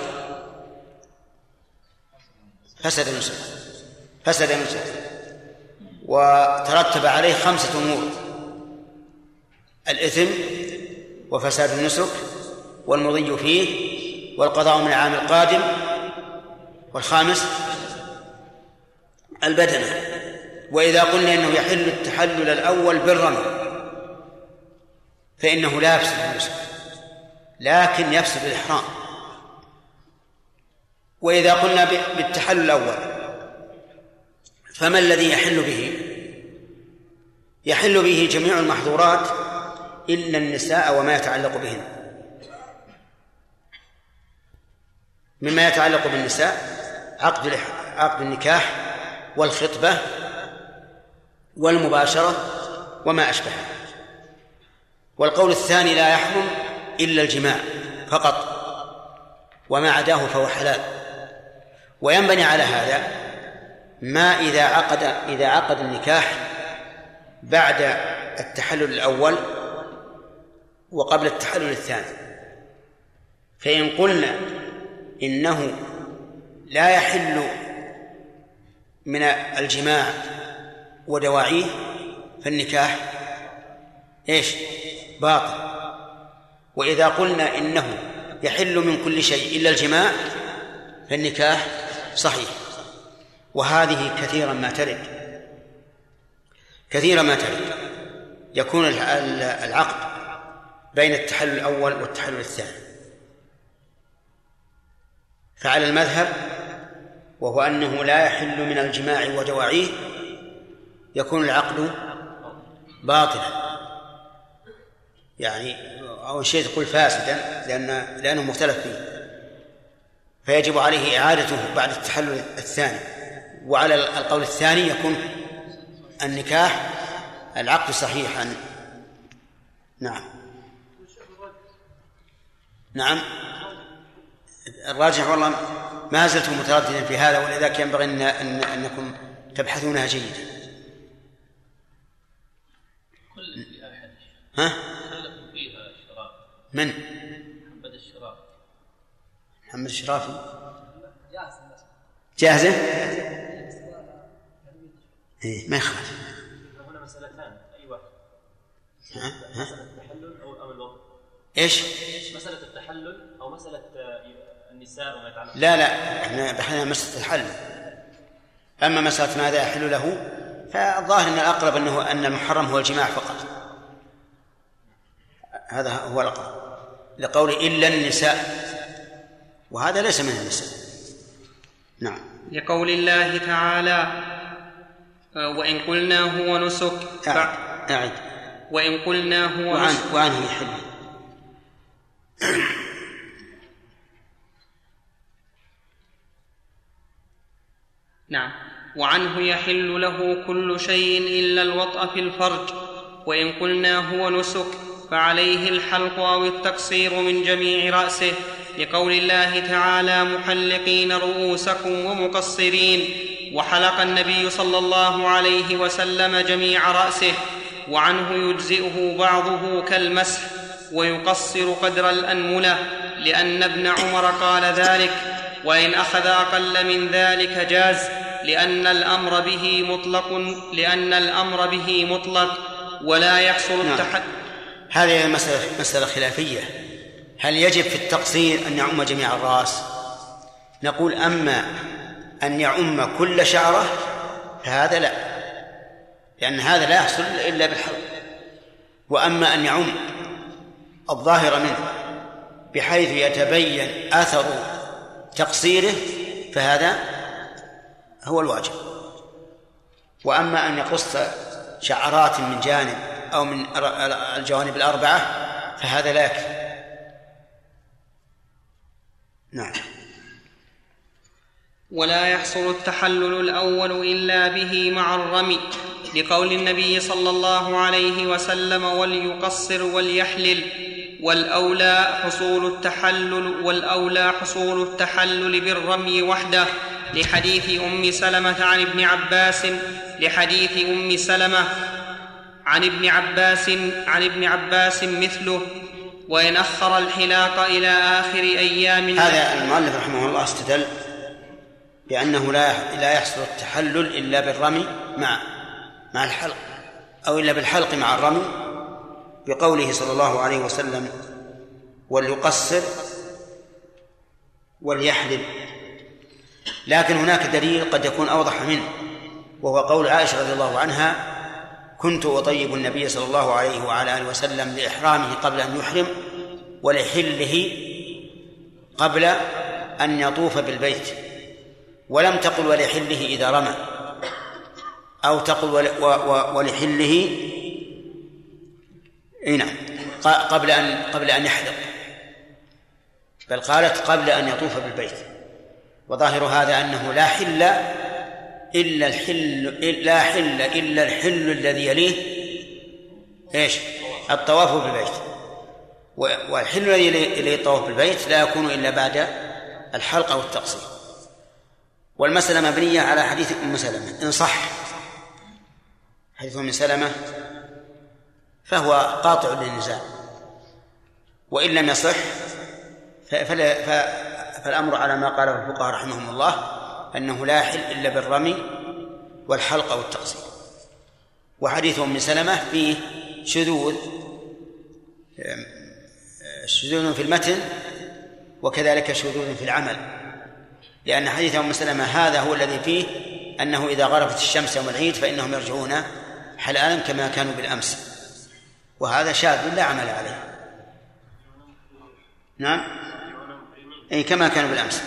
فسد النسك فسد النسك وترتب عليه خمسة أمور: الإثم وفساد النسك والمضي فيه والقضاء من العام القادم، والخامس البدنة. وإذا قلنا إنه يحل التحلل الأول بالرمي فإنه لا يفسد النسك لكن يفسد الإحرام. وإذا قلنا بالتحلل الأول فما الذي يحل به؟ يحل به جميع المحظورات إلا النساء وما يتعلق بهن. مما يتعلق بالنساء عقد عقد النكاح والخطبة والمباشرة وما أشبهه. والقول الثاني لا يحرم إلا الجماع فقط، وما عداه فهو حلال. وينبني على هذا ما إذا عقد إذا عقد النكاح بعد التحلل الأول وقبل التحلل الثاني. فإن قلنا إنه لا يحل من الجماع ودواعيه فالنكاح ايش؟ باطل. وإذا قلنا إنه يحل من كل شيء إلا الجماع فالنكاح صحيح. وهذه كثيرا ما ترد كثيرا ما ترد يكون العقد بين التحلل الأول والتحلل الثاني. فعلى المذهب وهو أنه لا يحل من الجماع ودواعيه يكون العقد باطلا، يعني أو شيء تقول فاسدا لأن لأنه مختلف فيه، فيجب عليه إعادته بعد التحلل الثاني. وعلى القول الثاني يكون النكاح العقد صحيحا. نعم نعم الراجح والله ما زلت مترددا في هذا، ولذلك ينبغي أن أنكم تبحثونها جيدا. ها؟ من؟ محمد الشرافي. محمد الشرافي جاهزة؟ إيه ما يخالف. هنا مسألتان أي واحد. ها؟ مسألة التحلل أو أو الوضع. إيش؟ مسألة التحلل أو مسألة النساء وما يتعلق. لا لا إحنا بحثنا مسألة الحل. أما مسألة ماذا يحل له فالظاهر أن الأقرب أنه أن المحرم هو الجماع فقط، هذا هو الأقرب لقول إلا النساء، وهذا ليس من النساء. نعم. لقول الله تعالى وإن قلنا هو نسك أعد, أعد. وإن قلنا هو وعن نسك وعنه يحل. نعم. وعنه يحل له كل شيء إلا الوطأ في الفرج. وإن قلنا هو نسك فعليه الحلق أو التقصير من جميع رأسه، لقول الله تعالى محلقين رؤوسكم ومقصرين، وحلق النبي صلى الله عليه وسلم جميع رأسه. وعنه يجزئه بعضه كالمسح ويقصر قدر الأنملة، لأن ابن عمر قال ذلك، وإن أخذ أقل من ذلك جاز، لأن الأمر به مطلق لأن الأمر به مطلق ولا يحصل التحدث. هذه مسألة, مسألة خلافية، هل يجب في التقصير أن يعم جميع الرأس؟ نقول أما أن يعم كل شعرة فهذا لا، لأن هذا لا يحصل إلا بالحلق. وأما أن يعم الظاهر منه بحيث يتبين أثر تقصيره فهذا هو الواجب. وأما أن يقص شعرات من جانب أو من الجوانب الأربعة فهذا لا يكفي. نعم. ولا يحصل التحلل الأول إلا به مع الرمي، لقول النبي صلى الله عليه وسلم وليقصر وليحلل، والأولى حصول التحلل والأولى حصول التحلل بالرمي وحده، لحديث أم سلمة عن ابن عباس لحديث أم سلمة عن ابن عباس عن ابن عباس مثله. وإن أخر الحلاق إلى آخر أيام. هذا المؤلف رحمه الله استدل بأنه لا لا يحصل التحلل إلا بالرمي مع مع الحلق، أو إلا بالحلق مع الرمي، بقوله صلى الله عليه وسلم وليقصر وليحلل. لكن هناك دليل قد يكون أوضح منه، وهو قول عائشة رضي الله عنها كنت أطيب النبي صلى الله عليه وعلى آله وسلم لإحرامه قبل أن يحرم ولحله قبل أن يطوف بالبيت، ولم تقل ولحله إذا رمى، أو تقل ولحله نعم قبل أن قبل أن يحلق، بل قالت قبل أن يطوف بالبيت. وظاهر هذا أنه لا حل إلا الحل لا حل إلا الحل الذي يليه إيش؟ الطواف بالبيت. والحل الذي يليه الطواف بالبيت لا يكون إلا بعد الحلق أو التقصير. والمسألة مبنية على حديث أم سلمة إن صح حديث أم سلمة فهو قاطع للنزاع، وإن لم يصح فالأمر على ما قاله الفقهاء رحمهم الله أنه لا يحل إلا بالرمي والحلق أو التقصير. وحديث أم سلمة فيه شذوذ شذوذ في المتن وكذلك شذوذ في العمل، لأن حديث أم سلمة هذا هو الذي فيه أنه إذا غربت الشمس يوم العيد فإنهم يرجعون حلالا كما كانوا بالأمس، وهذا شاذ لا عمل عليه. نعم أي كما كانوا بالأمس.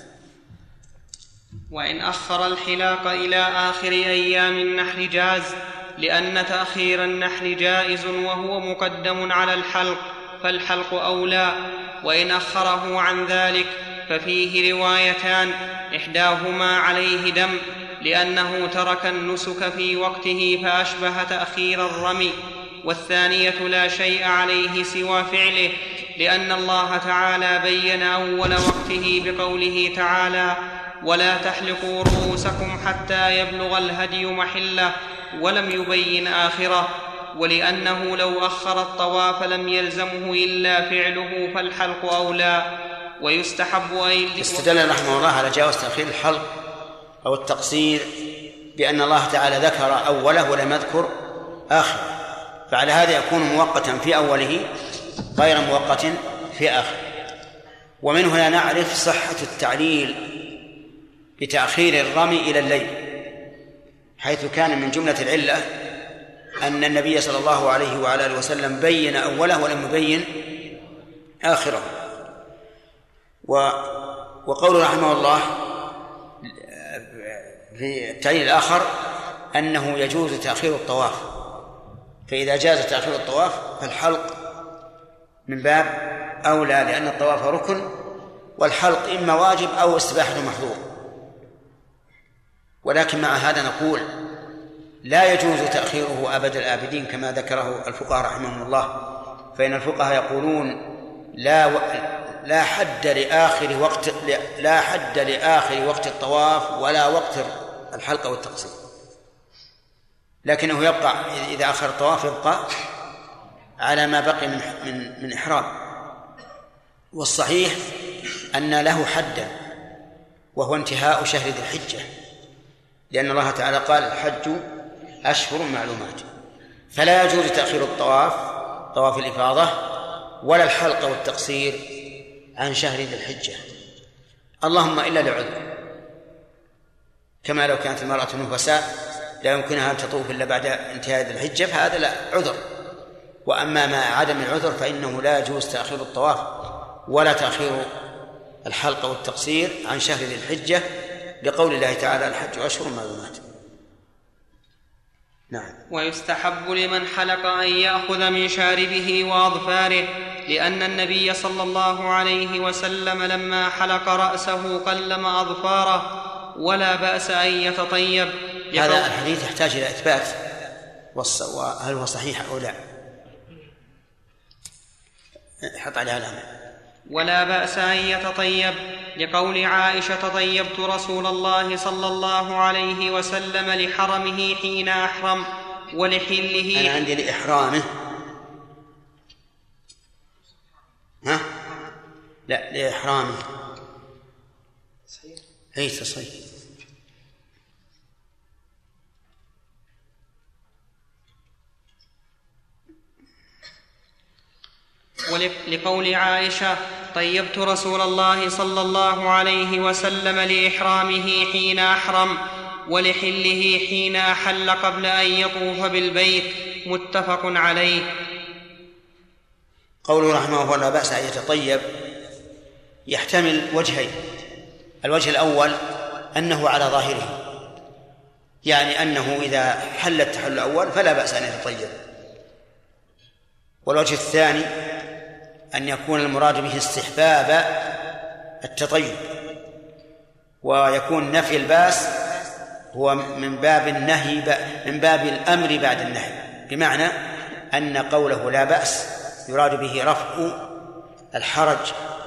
وإن أخر الحلاق إلى آخر أيام النحر جاز، لأن تأخير النحر جائز وهو مقدم على الحلق، فالحلق أولى. وإن أخره عن ذلك ففيه روايتان، إحداهما عليه دم لأنه ترك النسك في وقته فأشبه تأخير الرمي، والثانية لا شيء عليه سوى فعله، لأن الله تعالى بين أول وقته بقوله تعالى: ولا تحلقوا رؤوسكم حتى يبلغ الهدي محله، ولم يبين آخره، ولأنه لو أخر الطواف لم يلزمه إلا فعله فالحلق أولى. ويستحب أن استدل رحمه الله على جواز تأخير الحلق أو التقصير بأن الله تعالى ذكر أوله ولم يذكر آخره، فعلى هذا يكون مؤقتا في أوله غير مؤقت في آخره. ومن هنا نعرف صحة التعليل بتأخير الرمي إلى الليل، حيث كان من جملة العلة أن النبي صلى الله عليه وعلى آله وسلم بين أوله ولم يبين آخره. وقول رحمه الله في التعليل الآخر أنه يجوز تأخير الطواف، فإذا جاز تأخير الطواف فالحلق من باب أولى، لأن الطواف ركن والحلق إما واجب أو استباحة محظور. ولكن مع هذا نقول لا يجوز تأخيره أبد الآبدين كما ذكره الفقهاء رحمهم الله، فإن الفقهاء يقولون لا و... لا حد لآخر وقت لا حد لآخر وقت الطواف ولا وقت الحلق والتقصير، لكنه يبقى إذا آخر الطواف يبقى على ما بقي من من, من إحرام. والصحيح أن له حدا وهو انتهاء شهر ذي الحجة، لأن الله تعالى قال: الحج أشهر معلومات، فلا يجوز تأخير الطواف طواف الإفاضة ولا الحلق والتقصير عن شهر ذي الحجة، اللهم إلا لعذر، كما لو كانت المرأة نفساء لا يمكنها أن تطوف إلا بعد انتهاء ذي الحجة فهذا لا عذر. وأما مع عدم العذر فإنه لا يجوز تأخير الطواف ولا تأخير الحلق والتقصير عن شهر ذي الحجة، لقول الله تعالى: الحج أشهر معلومات. نعم. ويستحب لمن حلق أن يأخذ من شاربه وأظفاره، لأن النبي صلى الله عليه وسلم لما حلق رأسه قلم أظفاره، ولا بأس أن يتطيب. هذا الحديث يحتاج إلى إثبات، وهل هو صحيح أو لا؟ حط عليه علامة. ولا بأس أن يتطيب، لقول عائشة: طيبت رسول الله صلى الله عليه وسلم لحرمه حين أحرم ولحله. أنا عندي لإحرامه، ها؟ لا، لإحرامه صحيح. أي تصحيح. ولقول عائشة: طيبت رسول الله صلى الله عليه وسلم لإحرامه حين أحرم ولحله حين أحل قبل أن يطوف بالبيت، متفق عليه. قوله رحمه الله لا بأس أن يتطيب يحتمل وجهين: الوجه الأول أنه على ظاهره، يعني أنه إذا حل التحلل الأول فلا بأس أن يتطيب. والوجه الثاني أن يكون المراد به استحباب التطيب، ويكون نفي الباس هو من باب النهي من باب الأمر بعد النهي، بمعنى أن قوله لا بأس يراد به رفع الحرج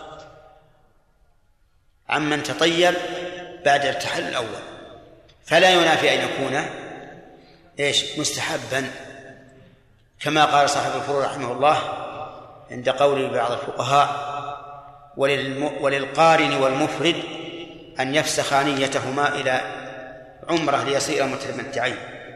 عمن تطيب بعد التحلل الأول، فلا ينافي أن يكون إيش مستحبا، كما قال صاحب الفروع رحمه الله عند قول بعض الفقهاء: وللقارن والمفرد أن يفسخ نيتهما إلى عمرة ليصير متمتعين.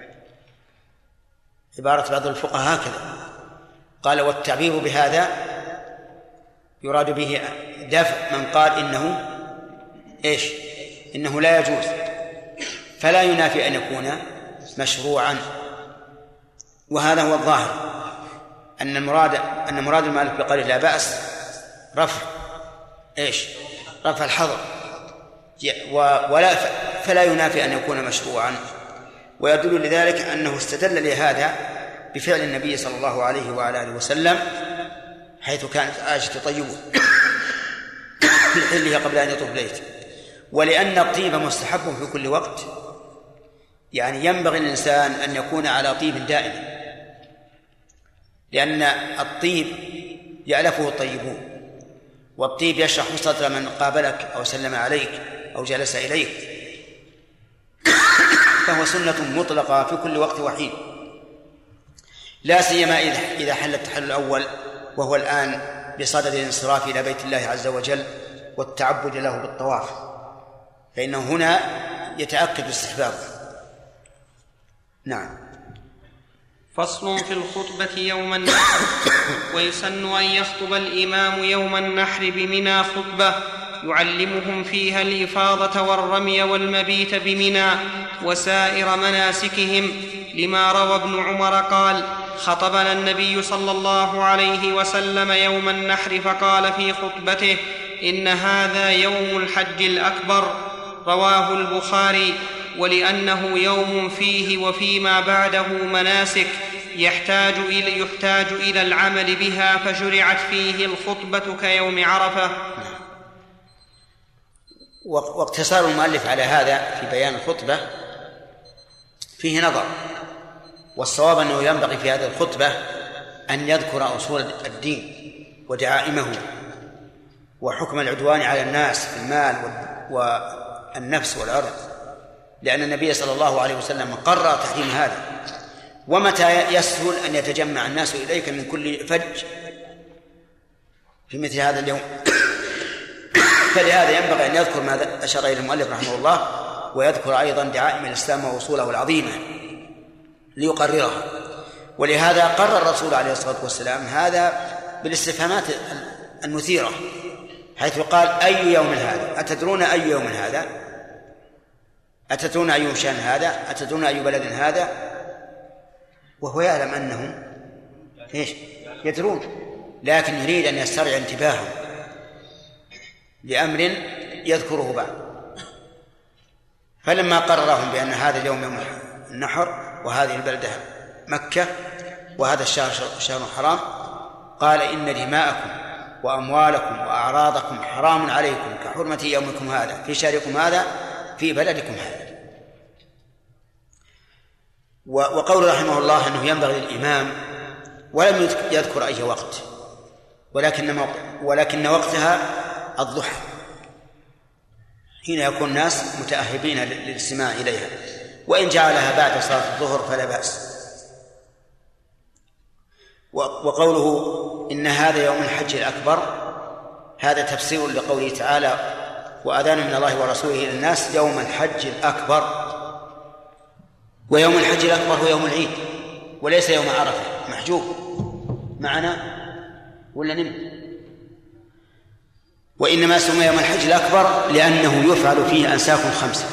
عبارة بعض الفقهاء هكذا قال: والتعبير بهذا يراد به دفع من قال إنه إيش؟ إنه لا يجوز، فلا ينافي أن يكون مشروعا. وهذا هو الظاهر، أن المراد أن مراد المؤلف بقوله لا بأس رفع إيش؟ رفع الحظر، ولا فلا ينافي أن يكون مشروعا. ويدل لذلك أنه استدل لهذا بفعل النبي صلى الله عليه وعلى آله وسلم، حيث كانت عائشة تطيب لحلها قبل أن يطوف بيته. ولأن الطيب مستحب في كل وقت، يعني ينبغي الإنسان أن يكون على طيب دائما، لأن الطيب يألفه الطيبون، والطيب يشرح صدر من قابلك أو سلم عليك أو جلس إليك، فهو سنة مطلقة في كل وقت وحين، لا سيما إذا حل التحلل الأول، وهو الآن بصدد الانصراف إلى بيت الله عز وجل والتعبد له بالطواف، فإنه هنا يتأكد استحبابه. نعم. فصل في الخطبة يوم النحر. ويسن أن يخطب الإمام يوم النحر بمنى خطبة يعلمهم فيها الإفاضة والرمي والمبيت بمنى وسائر مناسكهم، لما روى ابن عمر قال: خطبنا النبي صلى الله عليه وسلم يوم النحر فقال في خطبته: إن هذا يوم الحج الأكبر. رواه البخاري. ولأنه يوم فيه وفيما بعده مناسك يحتاج إلى, يحتاج إلى العمل بها، فشرعت فيه الخطبة كيوم عرفة. واقتصار المؤلف على هذا في بيان الخطبة فيه نظر، والصواب أنه ينبغي في هذه الخطبة أن يذكر أصول الدين ودعائمه وحكم العدوان على الناس في المال والنفس والعرض، لأن النبي صلى الله عليه وسلم قرر تحريم هذا. ومتى يسهل أن يتجمع الناس إليك من كل فج في مثل هذا اليوم؟ فلهذا ينبغي أن يذكر ما أشار إليه المؤلف رحمه الله، ويذكر أيضا دعائم الإسلام وأصوله العظيمة ليقررها. ولهذا قرر الرسول عليه الصلاة والسلام هذا بالاستفهامات المثيرة، حيث قال: أي يوم هذا؟ أتدرون أي يوم هذا؟ أتدرون أي شان هذا؟ أتدرون أي بلد هذا؟ وهو يعلم أنهم إيش يدرون، لكن يريد أن يسترجع انتباههم لأمر يذكره بعد. فلما قررهم بأن هذا اليوم يوم النحر، وهذه البلدة مكة، وهذا الشهر شهر حرام، قال: إن دماءكم وأموالكم وأعراضكم حرام عليكم كحرمة يومكم هذا في شهركم هذا في بلدكم هذا. وقول رحمه الله أنه ينبغي للإمام، ولم يذكر أي وقت، ولكن ولكن وقتها الضحى، حين يكون الناس متأهبين للاستماع إليها، وإن جعلها بعد صلاة الظهر فلا بأس. وقوله إن هذا يوم الحج الأكبر، هذا تفسير لقوله تعالى: وأذان من الله ورسوله إلى الناس يوم الحج الأكبر. ويوم الحج الأكبر هو يوم العيد وليس يوم عرفة. محجوب معنا ولا نم؟ وإنما سمي يوم الحج الأكبر لأنه يفعل فيه أنساك خمسة،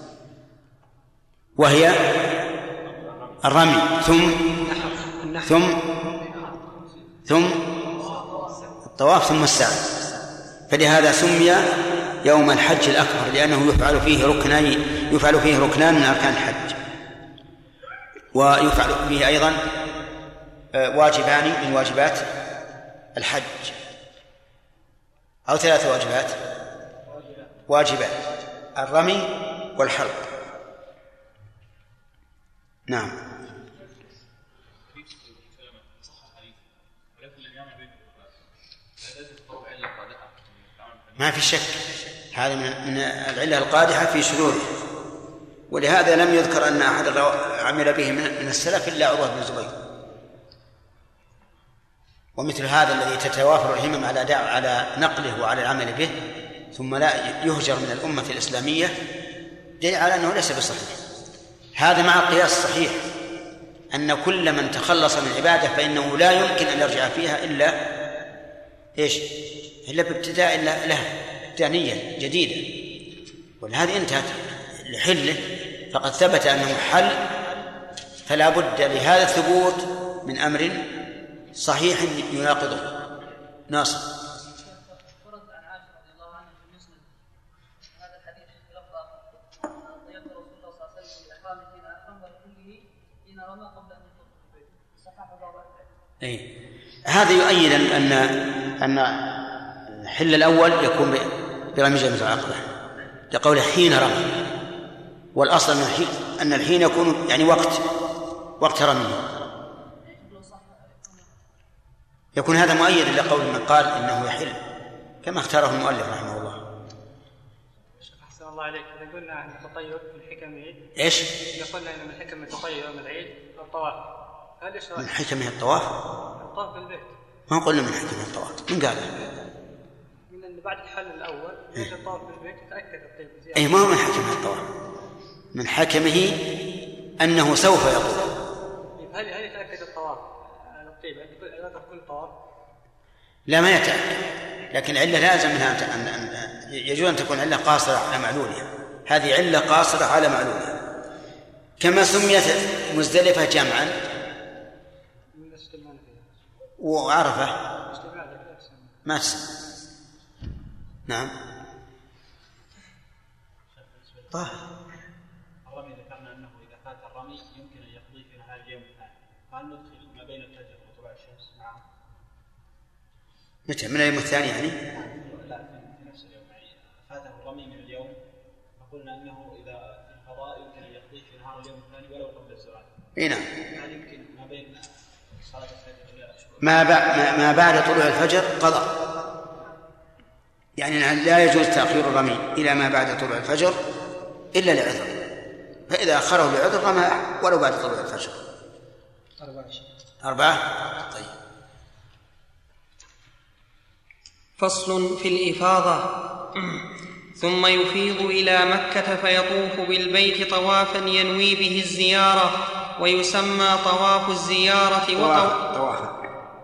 وهي الرمي ثم ثم ثم الطواف ثم السعي، فلهذا سمي يوم الحج الأكبر لأنه يفعل فيه ركنان يفعل فيه ركنان من أركان الحج، ويفعل فيه أيضا واجبان من واجبات الحج، أو ثلاث واجبات واجبات: الرمي والحلق. نعم. ما في شك هذا من العلة القادحة في شذوذه، ولهذا لم يذكر أن أحد عمل به من السلف إلا عروة بن الزبير. ومثل هذا الذي تتوافر الهمم على على نقله وعلى العمل به ثم لا يهجر من الأمة الإسلامية، دليل على أنه ليس بصحيح. هذا مع القياس الصحيح أن كل من تخلص من عبادة فإنه لا يمكن أن يرجع فيها إلا إيش؟ إلا بابتداء لها ثانية جديدة، ولهذه انتهت لحله فقد ثبت أنه حل، فلا بد لهذا الثبوت من أمر صحيح يناقضه. ناصر. أي هذا يؤيد أن أن الحل الأول يكون برمي جمرة العقبة لقوله حين رمي، والأصل أن الحين, أن الحين يكون يعني وقت وقت رميه، يكون هذا مؤيد لقول من قال إنه يحل كما اختاره المؤلف رحمه الله. أحسن الله عليك. إذا قلنا عن التطيب من حكمه إيش؟ إذا قلنا إن من حكم التطيب يوم العيد الطواف، هل يشرع من حكمه الطواف؟ الطواف بالبيت. ما قلنا من حكمه الطواف، من قال؟ قلنا إن بعد الحل الأول يجب الطواف بالبيت يتأكد الطيب زيادة. أي ما هو من حكمه الطواف، من حكمه أنه سوف يطوف. هل هل يتأكد الطواف على الطيب عند كل طواف؟ لا ما يتأكد، لكن علة لازم منها أن يجوز أن تكون علة قاصرة على معلولها، هذه علة قاصرة على معلولها. كما سميت مزدلفة جمعا وعرفة ما تسمى. نعم. طاهر. الرمي ذكرنا أنه إذا فات الرمي يمكن أن يقضي في نهار اليوم الثاني، هل ندخل ما بين الفجر وطلوع الشمس معه؟ متى من اليوم الثاني يعني؟ لا في نفس اليوم، يعني فاته الرمي من اليوم فقلنا أنه إذا في القضاء يمكن أن يقضي في نهار اليوم الثاني ولو قبل الزوال. إيه نعم. هل يمكن ما بين صلاة الفجر ما ما بعد طلوع الفجر قضاء، يعني لا يجوز تأخير الرمي إلى ما بعد طلوع الفجر إلا لعذر، فإذا أخره لعذر رمى ولو بعد طلوع الفجر. أربعة. أربعة. طيب. فصل في الإفاضة. ثم يفيض إلى مكة فيطوف بالبيت طوافا ينوي به الزيارة، ويسمى طواف الزيارة وطواف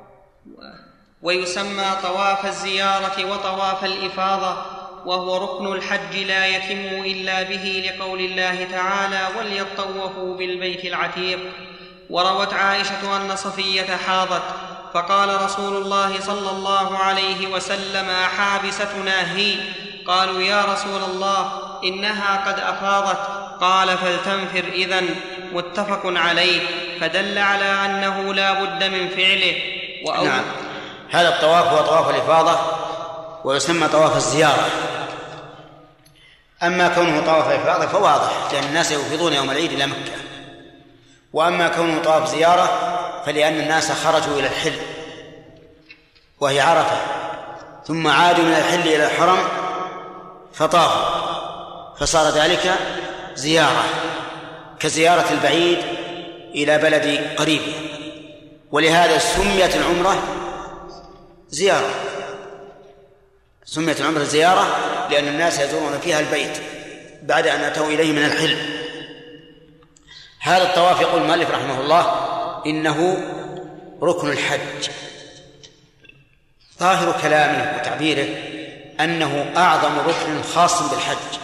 ويسمى طواف الزيارة وطواف الإفاضة، وهو ركن الحج لا يتم إلا به لقول الله تعالى وليطوفوا بالبيت العتيق. وروت عائشة أن صفية حاضت فقال رسول الله صلى الله عليه وسلم أحابستنا هي؟ قالوا يا رسول الله إنها قد أفاضت، قال فلتنفر إذن، متفق عليه، فدل على أنه لا بد من فعله. وأول نعم. هذا الطواف هو طواف الإفاضة ويسمى طواف الزيارة. أما كونه طواف الإفاضة فواضح لأن الناس يفيضون يوم العيد إلى مكة، وأما كونه طواف زيارة فلأن الناس خرجوا إلى الحل وهي عرفة ثم عادوا من الحل إلى الحرم فطافوا، فصار ذلك زيارة كزيارة البعيد إلى بلد قريب، ولهذا سميت العمرة زيارة، سميت العمرة زيارة لأن الناس يزورون فيها البيت بعد أن أتوا إليه من الحل. هذا الطواف يقول المؤلف رحمه الله إنه ركن الحج. ظاهر كلامه وتعبيره أنه أعظم ركن خاص بالحج،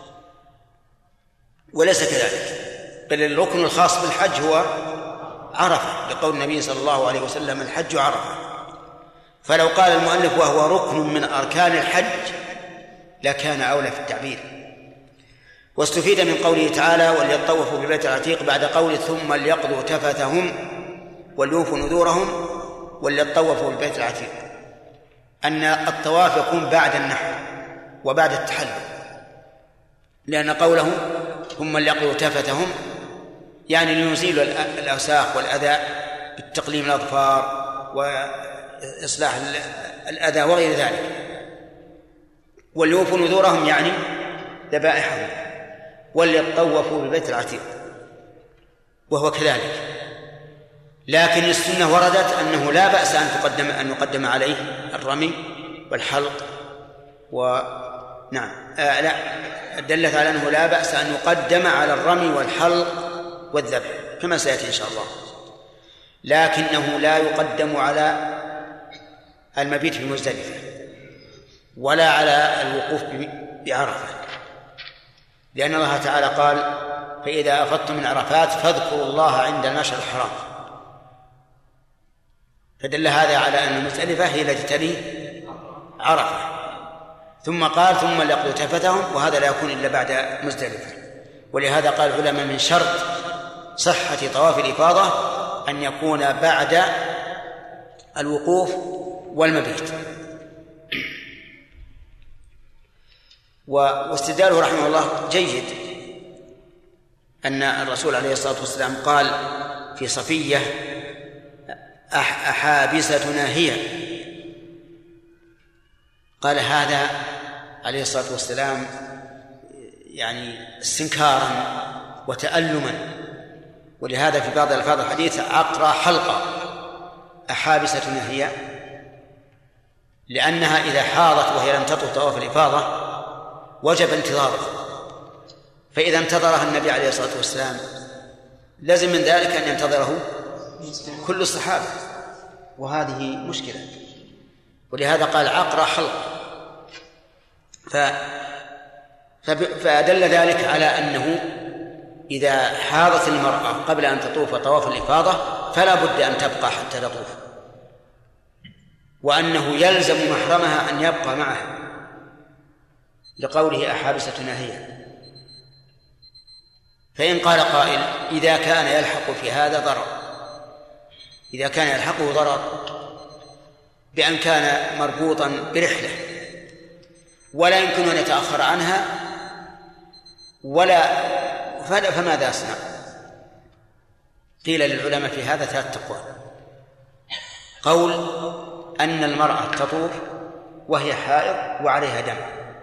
وليس كذلك، بل الركن الخاص بالحج هو عرفة لقول النبي صلى الله عليه وسلم الحج عرفة. فلو قال المؤلف وهو ركن من أركان الحج لكان أولى في التعبير. واستفيد من قوله تعالى وليطوفوا بالبيت العتيق بعد قوله ثم ليقضوا تفثهم وليوفوا نذورهم وليطوفوا بالبيت العتيق أن الطواف يكون بعد النحر وبعد التحلل، لأن قوله ثم ليقضوا تفثهم يعني ليزيلوا الأوساخ والأذى بالتقليم الأظفار وإصلاح الأذى وغير ذلك، وليوفوا نذورهم يعني ذبائحهم، وليطوفوا بالبيت العتيق وهو كذلك. لكن السنة وردت أنه لا بأس أن تقدم أن يقدم عليه الرمي والحلق ونحو نعم آه لا دلت على أنه لا بأس أن يقدم على الرمي والحلق والذبح كما سيأتي إن شاء الله، لكنه لا يقدم على المبيت في مزدلفة ولا على الوقوف بعرفة، لأن الله تعالى قال فإذا أفضتم من عرفات فاذكروا الله عند المشعر الحرام، فدل هذا على أن مزدلفة هي التي تلي عرفة. ثم قال ثم ليقضوا تفتهم، وهذا لا يكون إلا بعد مزدلفة. ولهذا قال العلماء من شرط صحة طواف الإفاضة أن يكون بعد الوقوف والمبيت. واستدلاله رحمه الله جيد، أن الرسول عليه الصلاة والسلام قال في صفية أحابستنا هي، قال هذا عليه الصلاة والسلام يعني استنكارا وتألما، ولهذا في بعض الألفاظ الحديث عقرى حلقة أحابستنا هي، لأنها إذا حاضت وهي لم تطف طواف الإفاضة وجب انتظارها، فإذا انتظرها النبي عليه الصلاة والسلام لازم من ذلك أن ينتظره كل الصحابة، وهذه مشكلة. ولهذا قال عقرى حلقة، ف... فدل ذلك على أنه إذا حاضت المرأة قبل أن تطوف طواف الإفاضة فلا بد أن تبقى حتى تطوف، وأنه يلزم محرمها أن يبقى معها لقوله أحابستنا هي. فإن قال قائل إذا كان يلحق في هذا ضرر، إذا كان يلحقه ضرر بأن كان مربوطا برحلة ولا يمكن أن يتأخر عنها ولا فماذا أصنع؟ قيل للعلماء في هذا ثلاث أقوال. قول أن المرأة تطوف وهي حائض وعليها دم،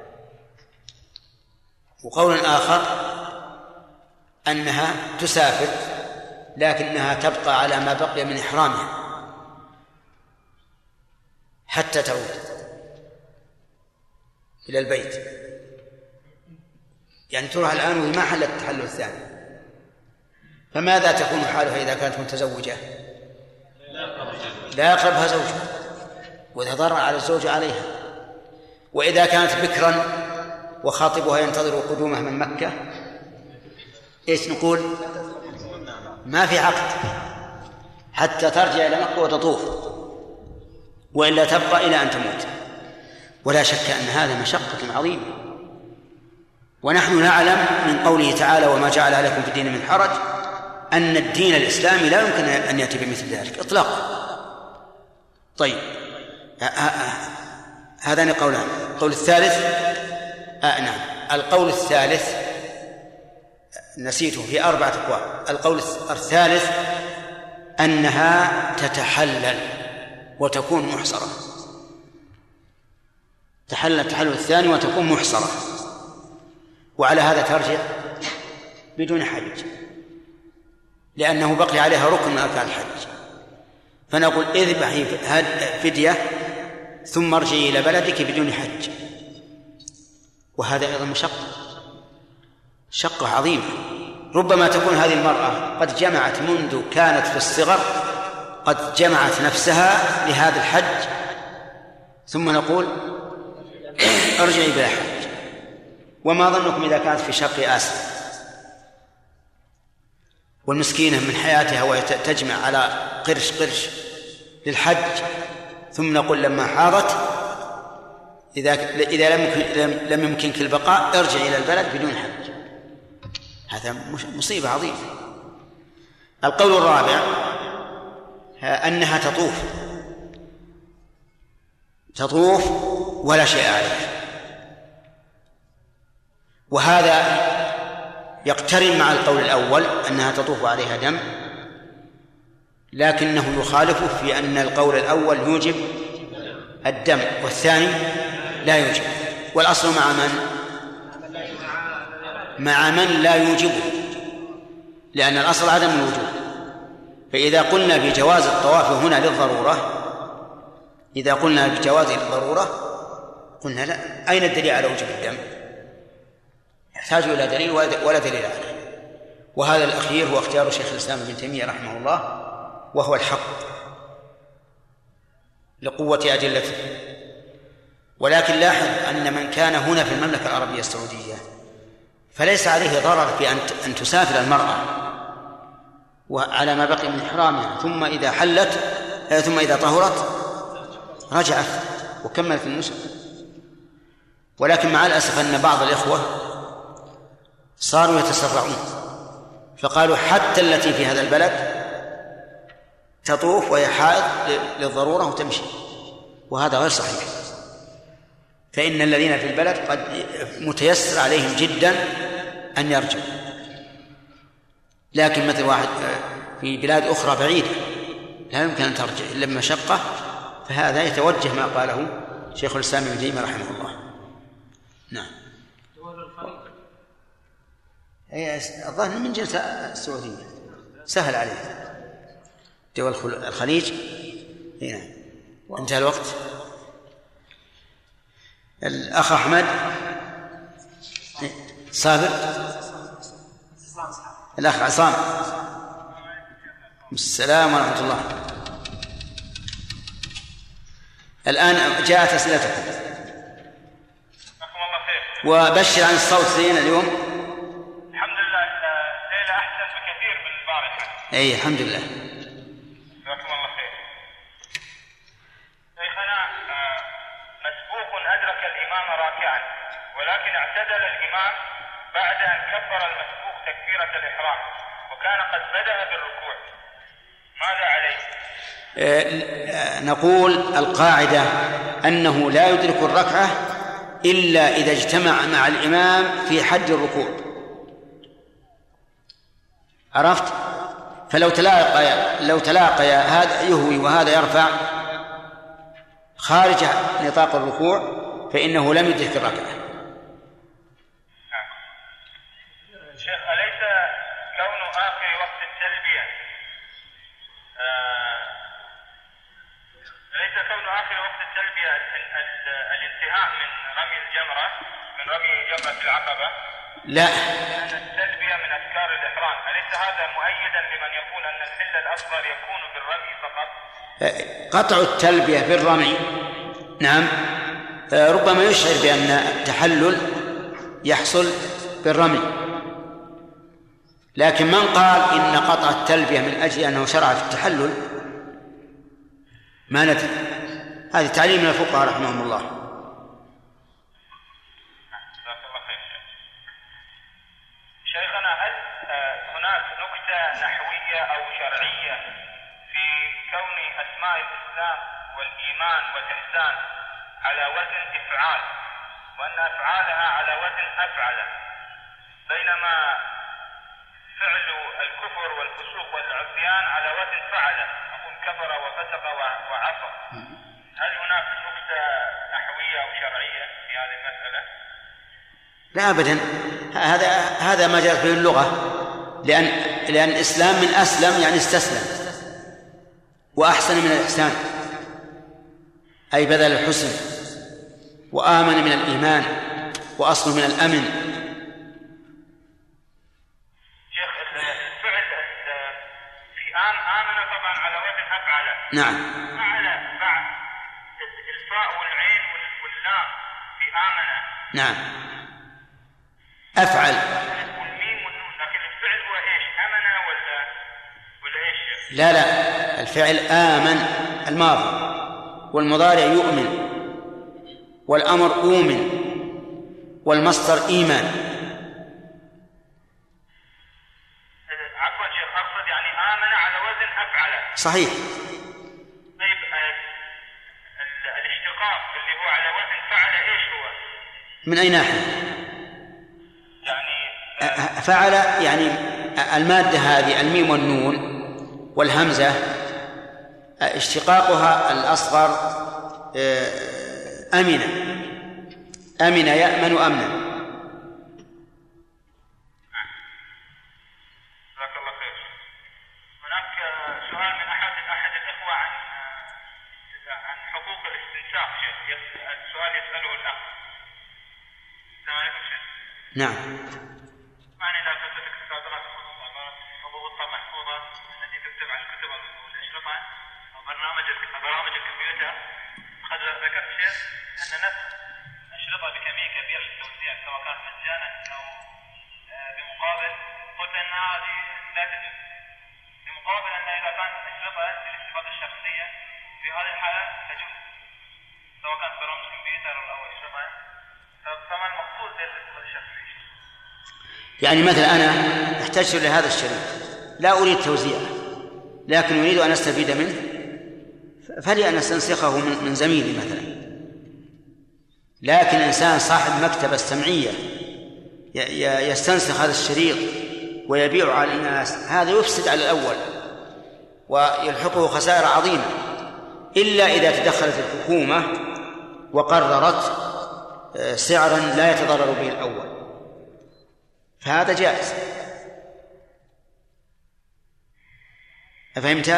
وقول آخر أنها تسافر لكنها تبقى على ما بقي من إحرامها حتى تعود إلى البيت، يعني تروح الآن وما حلت التحلل الثاني، فماذا تكون حالها إذا كانت متزوجة؟ لا يقربها زوجها ويتضرر على الزوج عليها. وإذا كانت بكرا وخاطبها ينتظر قدومه من مكة إيش نقول؟ ما في عقد حتى ترجع إلى مكة وتطوف، وإلا تبقى إلى أن تموت. ولا شك أن هذا مشقة عظيمة، ونحن نعلم من قوله تعالى وما جعل عليكم في الدين من حرج أن الدين الإسلامي لا يمكن أن يأتي بمثل ذلك إطلاقا. طيب هذان قولان. القول الثالث آه نعم القول الثالث نسيته في أربعة أقوال. القول الثالث أنها تتحلل وتكون محصرة، تحلل التحلل الثاني وتكون محصرة، وعلى هذا ترجع بدون حج لأنه بقي عليها ركن من أركان الحج. فنقول اذبحي فدية ثم ارجعي إلى بلدك بدون حج، وهذا أيضا مشقة شقة عظيمة. ربما تكون هذه المرأة قد جمعت منذ كانت في الصغر قد جمعت نفسها لهذا الحج، ثم نقول ارجعي بلا حج. وما ظنكم إذا كانت في شرق آسيا والمسكينة من حياتها وهي تجمع على قرش قرش للحج، ثم نقول لما حاضت إذا إذا لم لم يمكنك البقاء ارجع إلى البلد بدون حج. هذا مصيبة عظيمة. القول الرابع أنها تطوف تطوف ولا شيء عليها، وهذا يقترن مع القول الأول أنها تطوف عليها دم، لكنه يخالفه في أن القول الأول يوجب الدم والثاني لا يوجب. والأصل مع من؟ مع من لا يوجبه، لأن الأصل عدم الوجوب. فإذا قلنا بجواز الطواف هنا للضرورة إذا قلنا بجواز الضرورة قلنا لا، أين الدليل على وجوب الدم؟ يحتاج إلى دليل ولا دليل عليه، وهذا الأخير هو اختيار شيخ الإسلام ابن تيمية رحمه الله، وهو الحق لقوة أدلته. ولكن لاحظ أن من كان هنا في المملكة العربية السعودية فليس عليه ضرر في أن تسافر المرأة وعلى ما بقي من إحرامها، ثم إذا حلت ثم إذا طهرت رجعت وكملت النسك. ولكن مع الأسف أن بعض الإخوة صاروا يتسرعون، فقالوا حتى التي في هذا البلد تطوف وهي حائض للضرورة وتمشي، وهذا غير صحيح. فإن الذين في البلد قد متيسر عليهم جدا أن يرجعوا، لكن مثل واحد في بلاد أخرى بعيدة لا يمكن أن ترجع إلا بمشقة، فهذا يتوجه ما قاله شيخ الإسلام ابن تيمية رحمه الله. نعم. هي الظاهر من جنس السعودية سهل عليه. دول الخليج هنا. انتهى الوقت. الأخ أحمد صابر، الأخ عصام. السلام ورحمة الله. الآن جاءت أسئلتكم، وبشر عن الصوت زين اليوم. الحمد لله الليلة أحسن بكثير من البارحة. أي الحمد لله. جزاكم الله خير. شيخنا مسبوق أدرك الإمام راكعا، ولكن اعتدل الإمام بعد أن كبر المسبوق تكبيرة الإحرام، وكان قد بدأ بالركوع، ماذا عليه؟ نقول القاعدة أنه لا يدرك الركعة إلا إذا اجتمع مع الإمام في حد الركوع، عرفت؟ فلو تلاقى لو تلاقى هذا يهوي وهذا يرفع خارج نطاق الركوع فإنه لم يدرك الركعة. شيخ، أليس كون آخر وقت التلبية آه أليس كون آخر وقت التلبية الانتهاء من رمي الجمرة من رمي جمرة العقبة؟ لا، لأن التلبية من أذكار الإحرام، أليس هذا مؤيدا لمن يقول أن الحل الأصغر يكون بالرمي فقط؟ قطع التلبية بالرمي نعم ربما يشعر بأن التحلل يحصل بالرمي، لكن من قال إن قطع التلبية من أجل أنه شرع في التحلل ما ندري، هذا تعليم من الفقهاء رحمهم الله. شيخنا، هل هناك نكتة نحوية أو شرعية في كون أسماء الإسلام والإيمان والإحسان على وزن إفعال، وأن أفعالها على وزن أفعل، بينما فعل الكفر والفسوق والعصيان على وزن فعل، نقول كفر وفسق وعصى؟ هل هناك نكتة نحوية أو شرعية في هذه المسألة؟ لا أبدا، هذا هذا ما جرت به اللغة، لأن لأن الإسلام من أسلم يعني استسلم، وأحسن من الإحسان أي بذل الحسن، وآمن من الإيمان، وأصل من الأمن. شيخ، الفعل في آم آمن طبعا على وزن أفعل. نعم. فعل بعد الفاء والعين واللام في آمن. نعم. أفعل. والميم والنون، لكن الفعل هو إيش؟ أمن ولا ولا إيش؟ لا لا، الفعل آمن الماضي، والمضارع يؤمن، والأمر أؤمن، والمصدر إيمان. عفوا شيخ، أقصد يعني آمن على وزن أفعل. صحيح. طيب الاشتقاق اللي هو على وزن فعل إيش هو؟ من أي ناحية؟ يعني فعل يعني المادة هذه الميم والنون والهمزة اشتقاقها الأصغر أمن، أمن يأمن أمنا. جزاك الله خير. هناك سؤال من أحد أحد الإخوة عن عن حقوق الاستنساخ. السؤال يسأله الأخ، نعم. معنى إذا فتتك السابقة حقوقها محفوظة التي تكتب على الكتب والأشرطة أو برنامج برامج الكمبيوتر، قد ذكرت شيء أن نفس أشرطة بكمية كبيرة للتوزيع سواء كانت مجانا أو بمقابل، قلت أن هذه لا تجوز، بمقابل أن إذا كانت أشرطة للاستفادة الشخصية في هذه الحالة تجوز سواء كانت برامج كمبيوتر أو أشرطة، فما المقصود بالاستفادة الشخصية؟ يعني مثلا أنا أحتاج لهذا الشريط لا أريد توزيعه لكن أريد أن أستفيد منه، فلي أن أستنسخه من زميلي مثلا. لكن إنسان صاحب مكتبة السمعية يستنسخ هذا الشريط ويبيعه على الناس، هذا يفسد على الأول ويلحقه خسائر عظيمة، إلا إذا تدخلت الحكومة وقررت سعرا لا يتضرر به الأول، فهذا جائز. أفهمت؟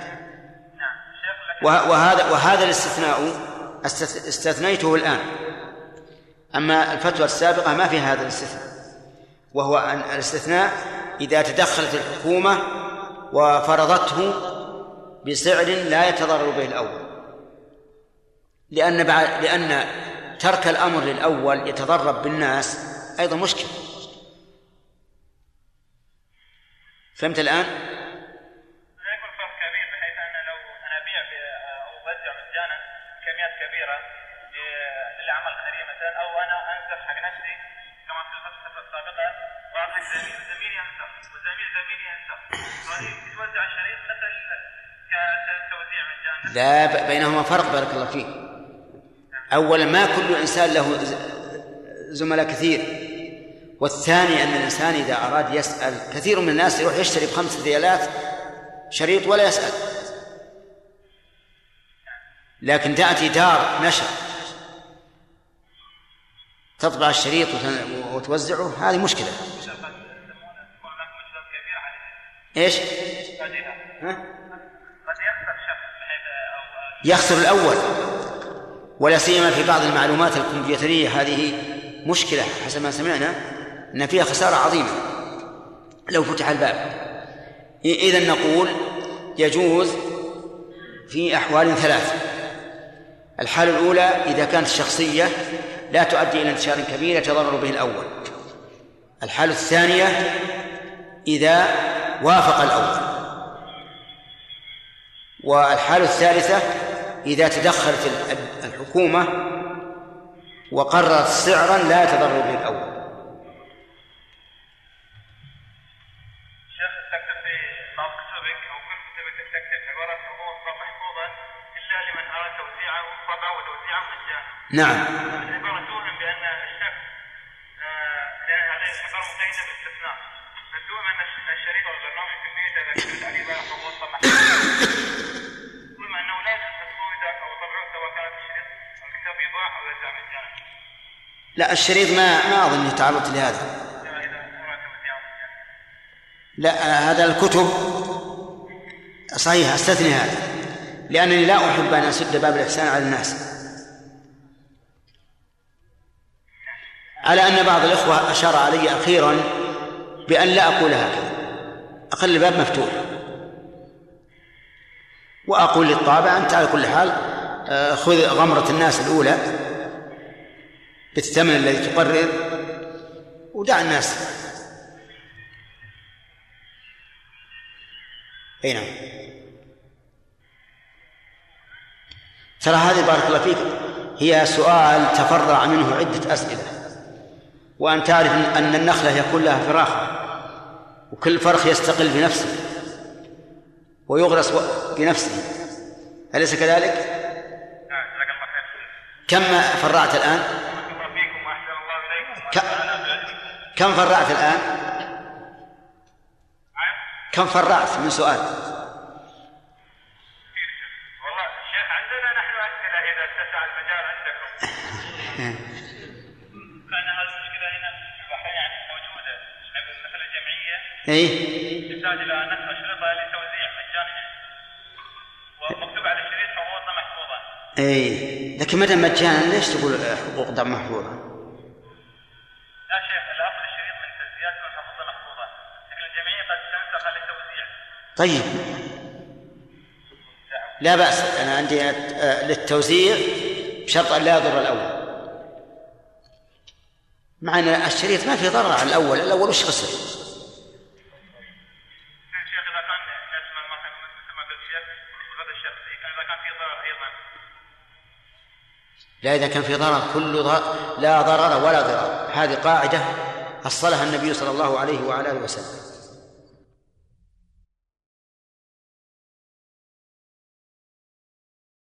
وهذا وهذا الاستثناء استثنيته الآن، أما الفتوى السابقة ما في هذا الاستثناء، وهو أن الاستثناء إذا تدخلت الحكومة وفرضته بسعر لا يتضرر به الأول، لأن بعد لأن ترك الأمر للأول يتضرر بالناس أيضا مشكلة. فهمت الآن؟ لا يكون فرق كبير بحيث أن لو أنا أبيع أو أوزع مجانا كميات كبيرة للأعمال الخيرية مثلا، أو أنا أنسخ حق نفسي كما في الفترة السابقة وأعطي زميل زميلي أنسخ وزميل زميلي أنسخ، هذه توزع الشريط مثل كتوزيع مجانا. لا، بينهما فرق بارك الله فيك. أولا ما كل إنسان له زملاء كثير، والثاني أن الإنسان إذا أراد يسأل، كثير من الناس يروح يشتري بخمسة ريالات شريط ولا يسأل، لكن تأتي دار نشر تطبع الشريط وتوزعه، هذه مشكلة. إيش؟ يخسر الأول، ولا سيما في بعض المعلومات الكمبيوترية، هذه مشكلة حسب ما سمعنا أن فيها خسارة عظيمة لو فتح الباب. إذن نقول يجوز في أحوال ثلاث: الحالة الأولى إذا كانت الشخصية لا تؤدي إلى انتشار كبير يتضرر به الأول. الحالة الثانية إذا وافق الأول. والحالة الثالثة إذا تدخلت الحكومة وقررت سعرا لا يتضرر به الأول. شيخ تكتب في بعض كتبك أو كل كتبك تكتب عبارة حقوق محفوظا إلا لمن أراد توزيعه طبعا وتوزيعه مجانا. نعم. العبارة توهم بأن الشخص لأن هذه العبارة مقيدة بالاستثناء، فتوهم أن الشريط أو البرنامج الكمبيوتر إذا كتبت عليه عبارة حقوق محفوظا ثم أنه لا يجوز تسويده أو طبعه سواء كانت الشريط أو الكتاب يباع أو يوزع مجانا. لا، الشريط ما ما أظن تعرضت لهذا. لا، هذا الكتب صحيح استثني هذا، لأنني لا أحب أن أسد باب الإحسان على الناس. على أن بعض الإخوة أشار علي أخيرا بأن لا أقول هكذا، أخلي الباب مفتوح وأقول للطابع أنت على كل حال خذ غمرة الناس الأولى بالثمن الذي تقرر ودع الناس. أي نعم. ترى هذه بارك الله فيك هي سؤال تفرع منه عدة أسئلة، وأن تعرف أن النخلة يكون لها فراخ وكل فرخ يستقل بنفسه ويغرس بنفسه، أليس كذلك؟ كم فرعت الآن؟ كم فرعت الآن؟ كم فرعت من سؤال؟ والله الشيخ عندنا نحن أسئلة إذا اتسع المجال عندكم. كان هذه المشكلة هنا يعني موجودة مثل الجمعية. إيه. تحتاج إلى نسخ أشرطة لتوزيع مجانا ومكتوب على الشريط حقوقنا محفوظة. إيه، لكن متى مجانا ليش تقول حقوق محفوظة؟ لا شيخ شيخ الأصل الشريط من تسجيلات محفوظة محفوظة، لكن الجمعية قد تنسخ للتوزيع. طيب لا بأس، أنا عندي للتوزيع بشرط أن لا يضر الأول. مع أن الشريط ما في ضرر على الأول، الأول وش خسر؟ شيخ إذا كان نسمع مثلا مثل ما قلت شيخ غدا الشخصي، إذا كان في ضرر أيضا. لا، إذا كان في ضرر كل ضرر لا ضرر ولا ضرر، هذه قاعدة أصلها النبي صلى الله عليه وعلى آله وسلم.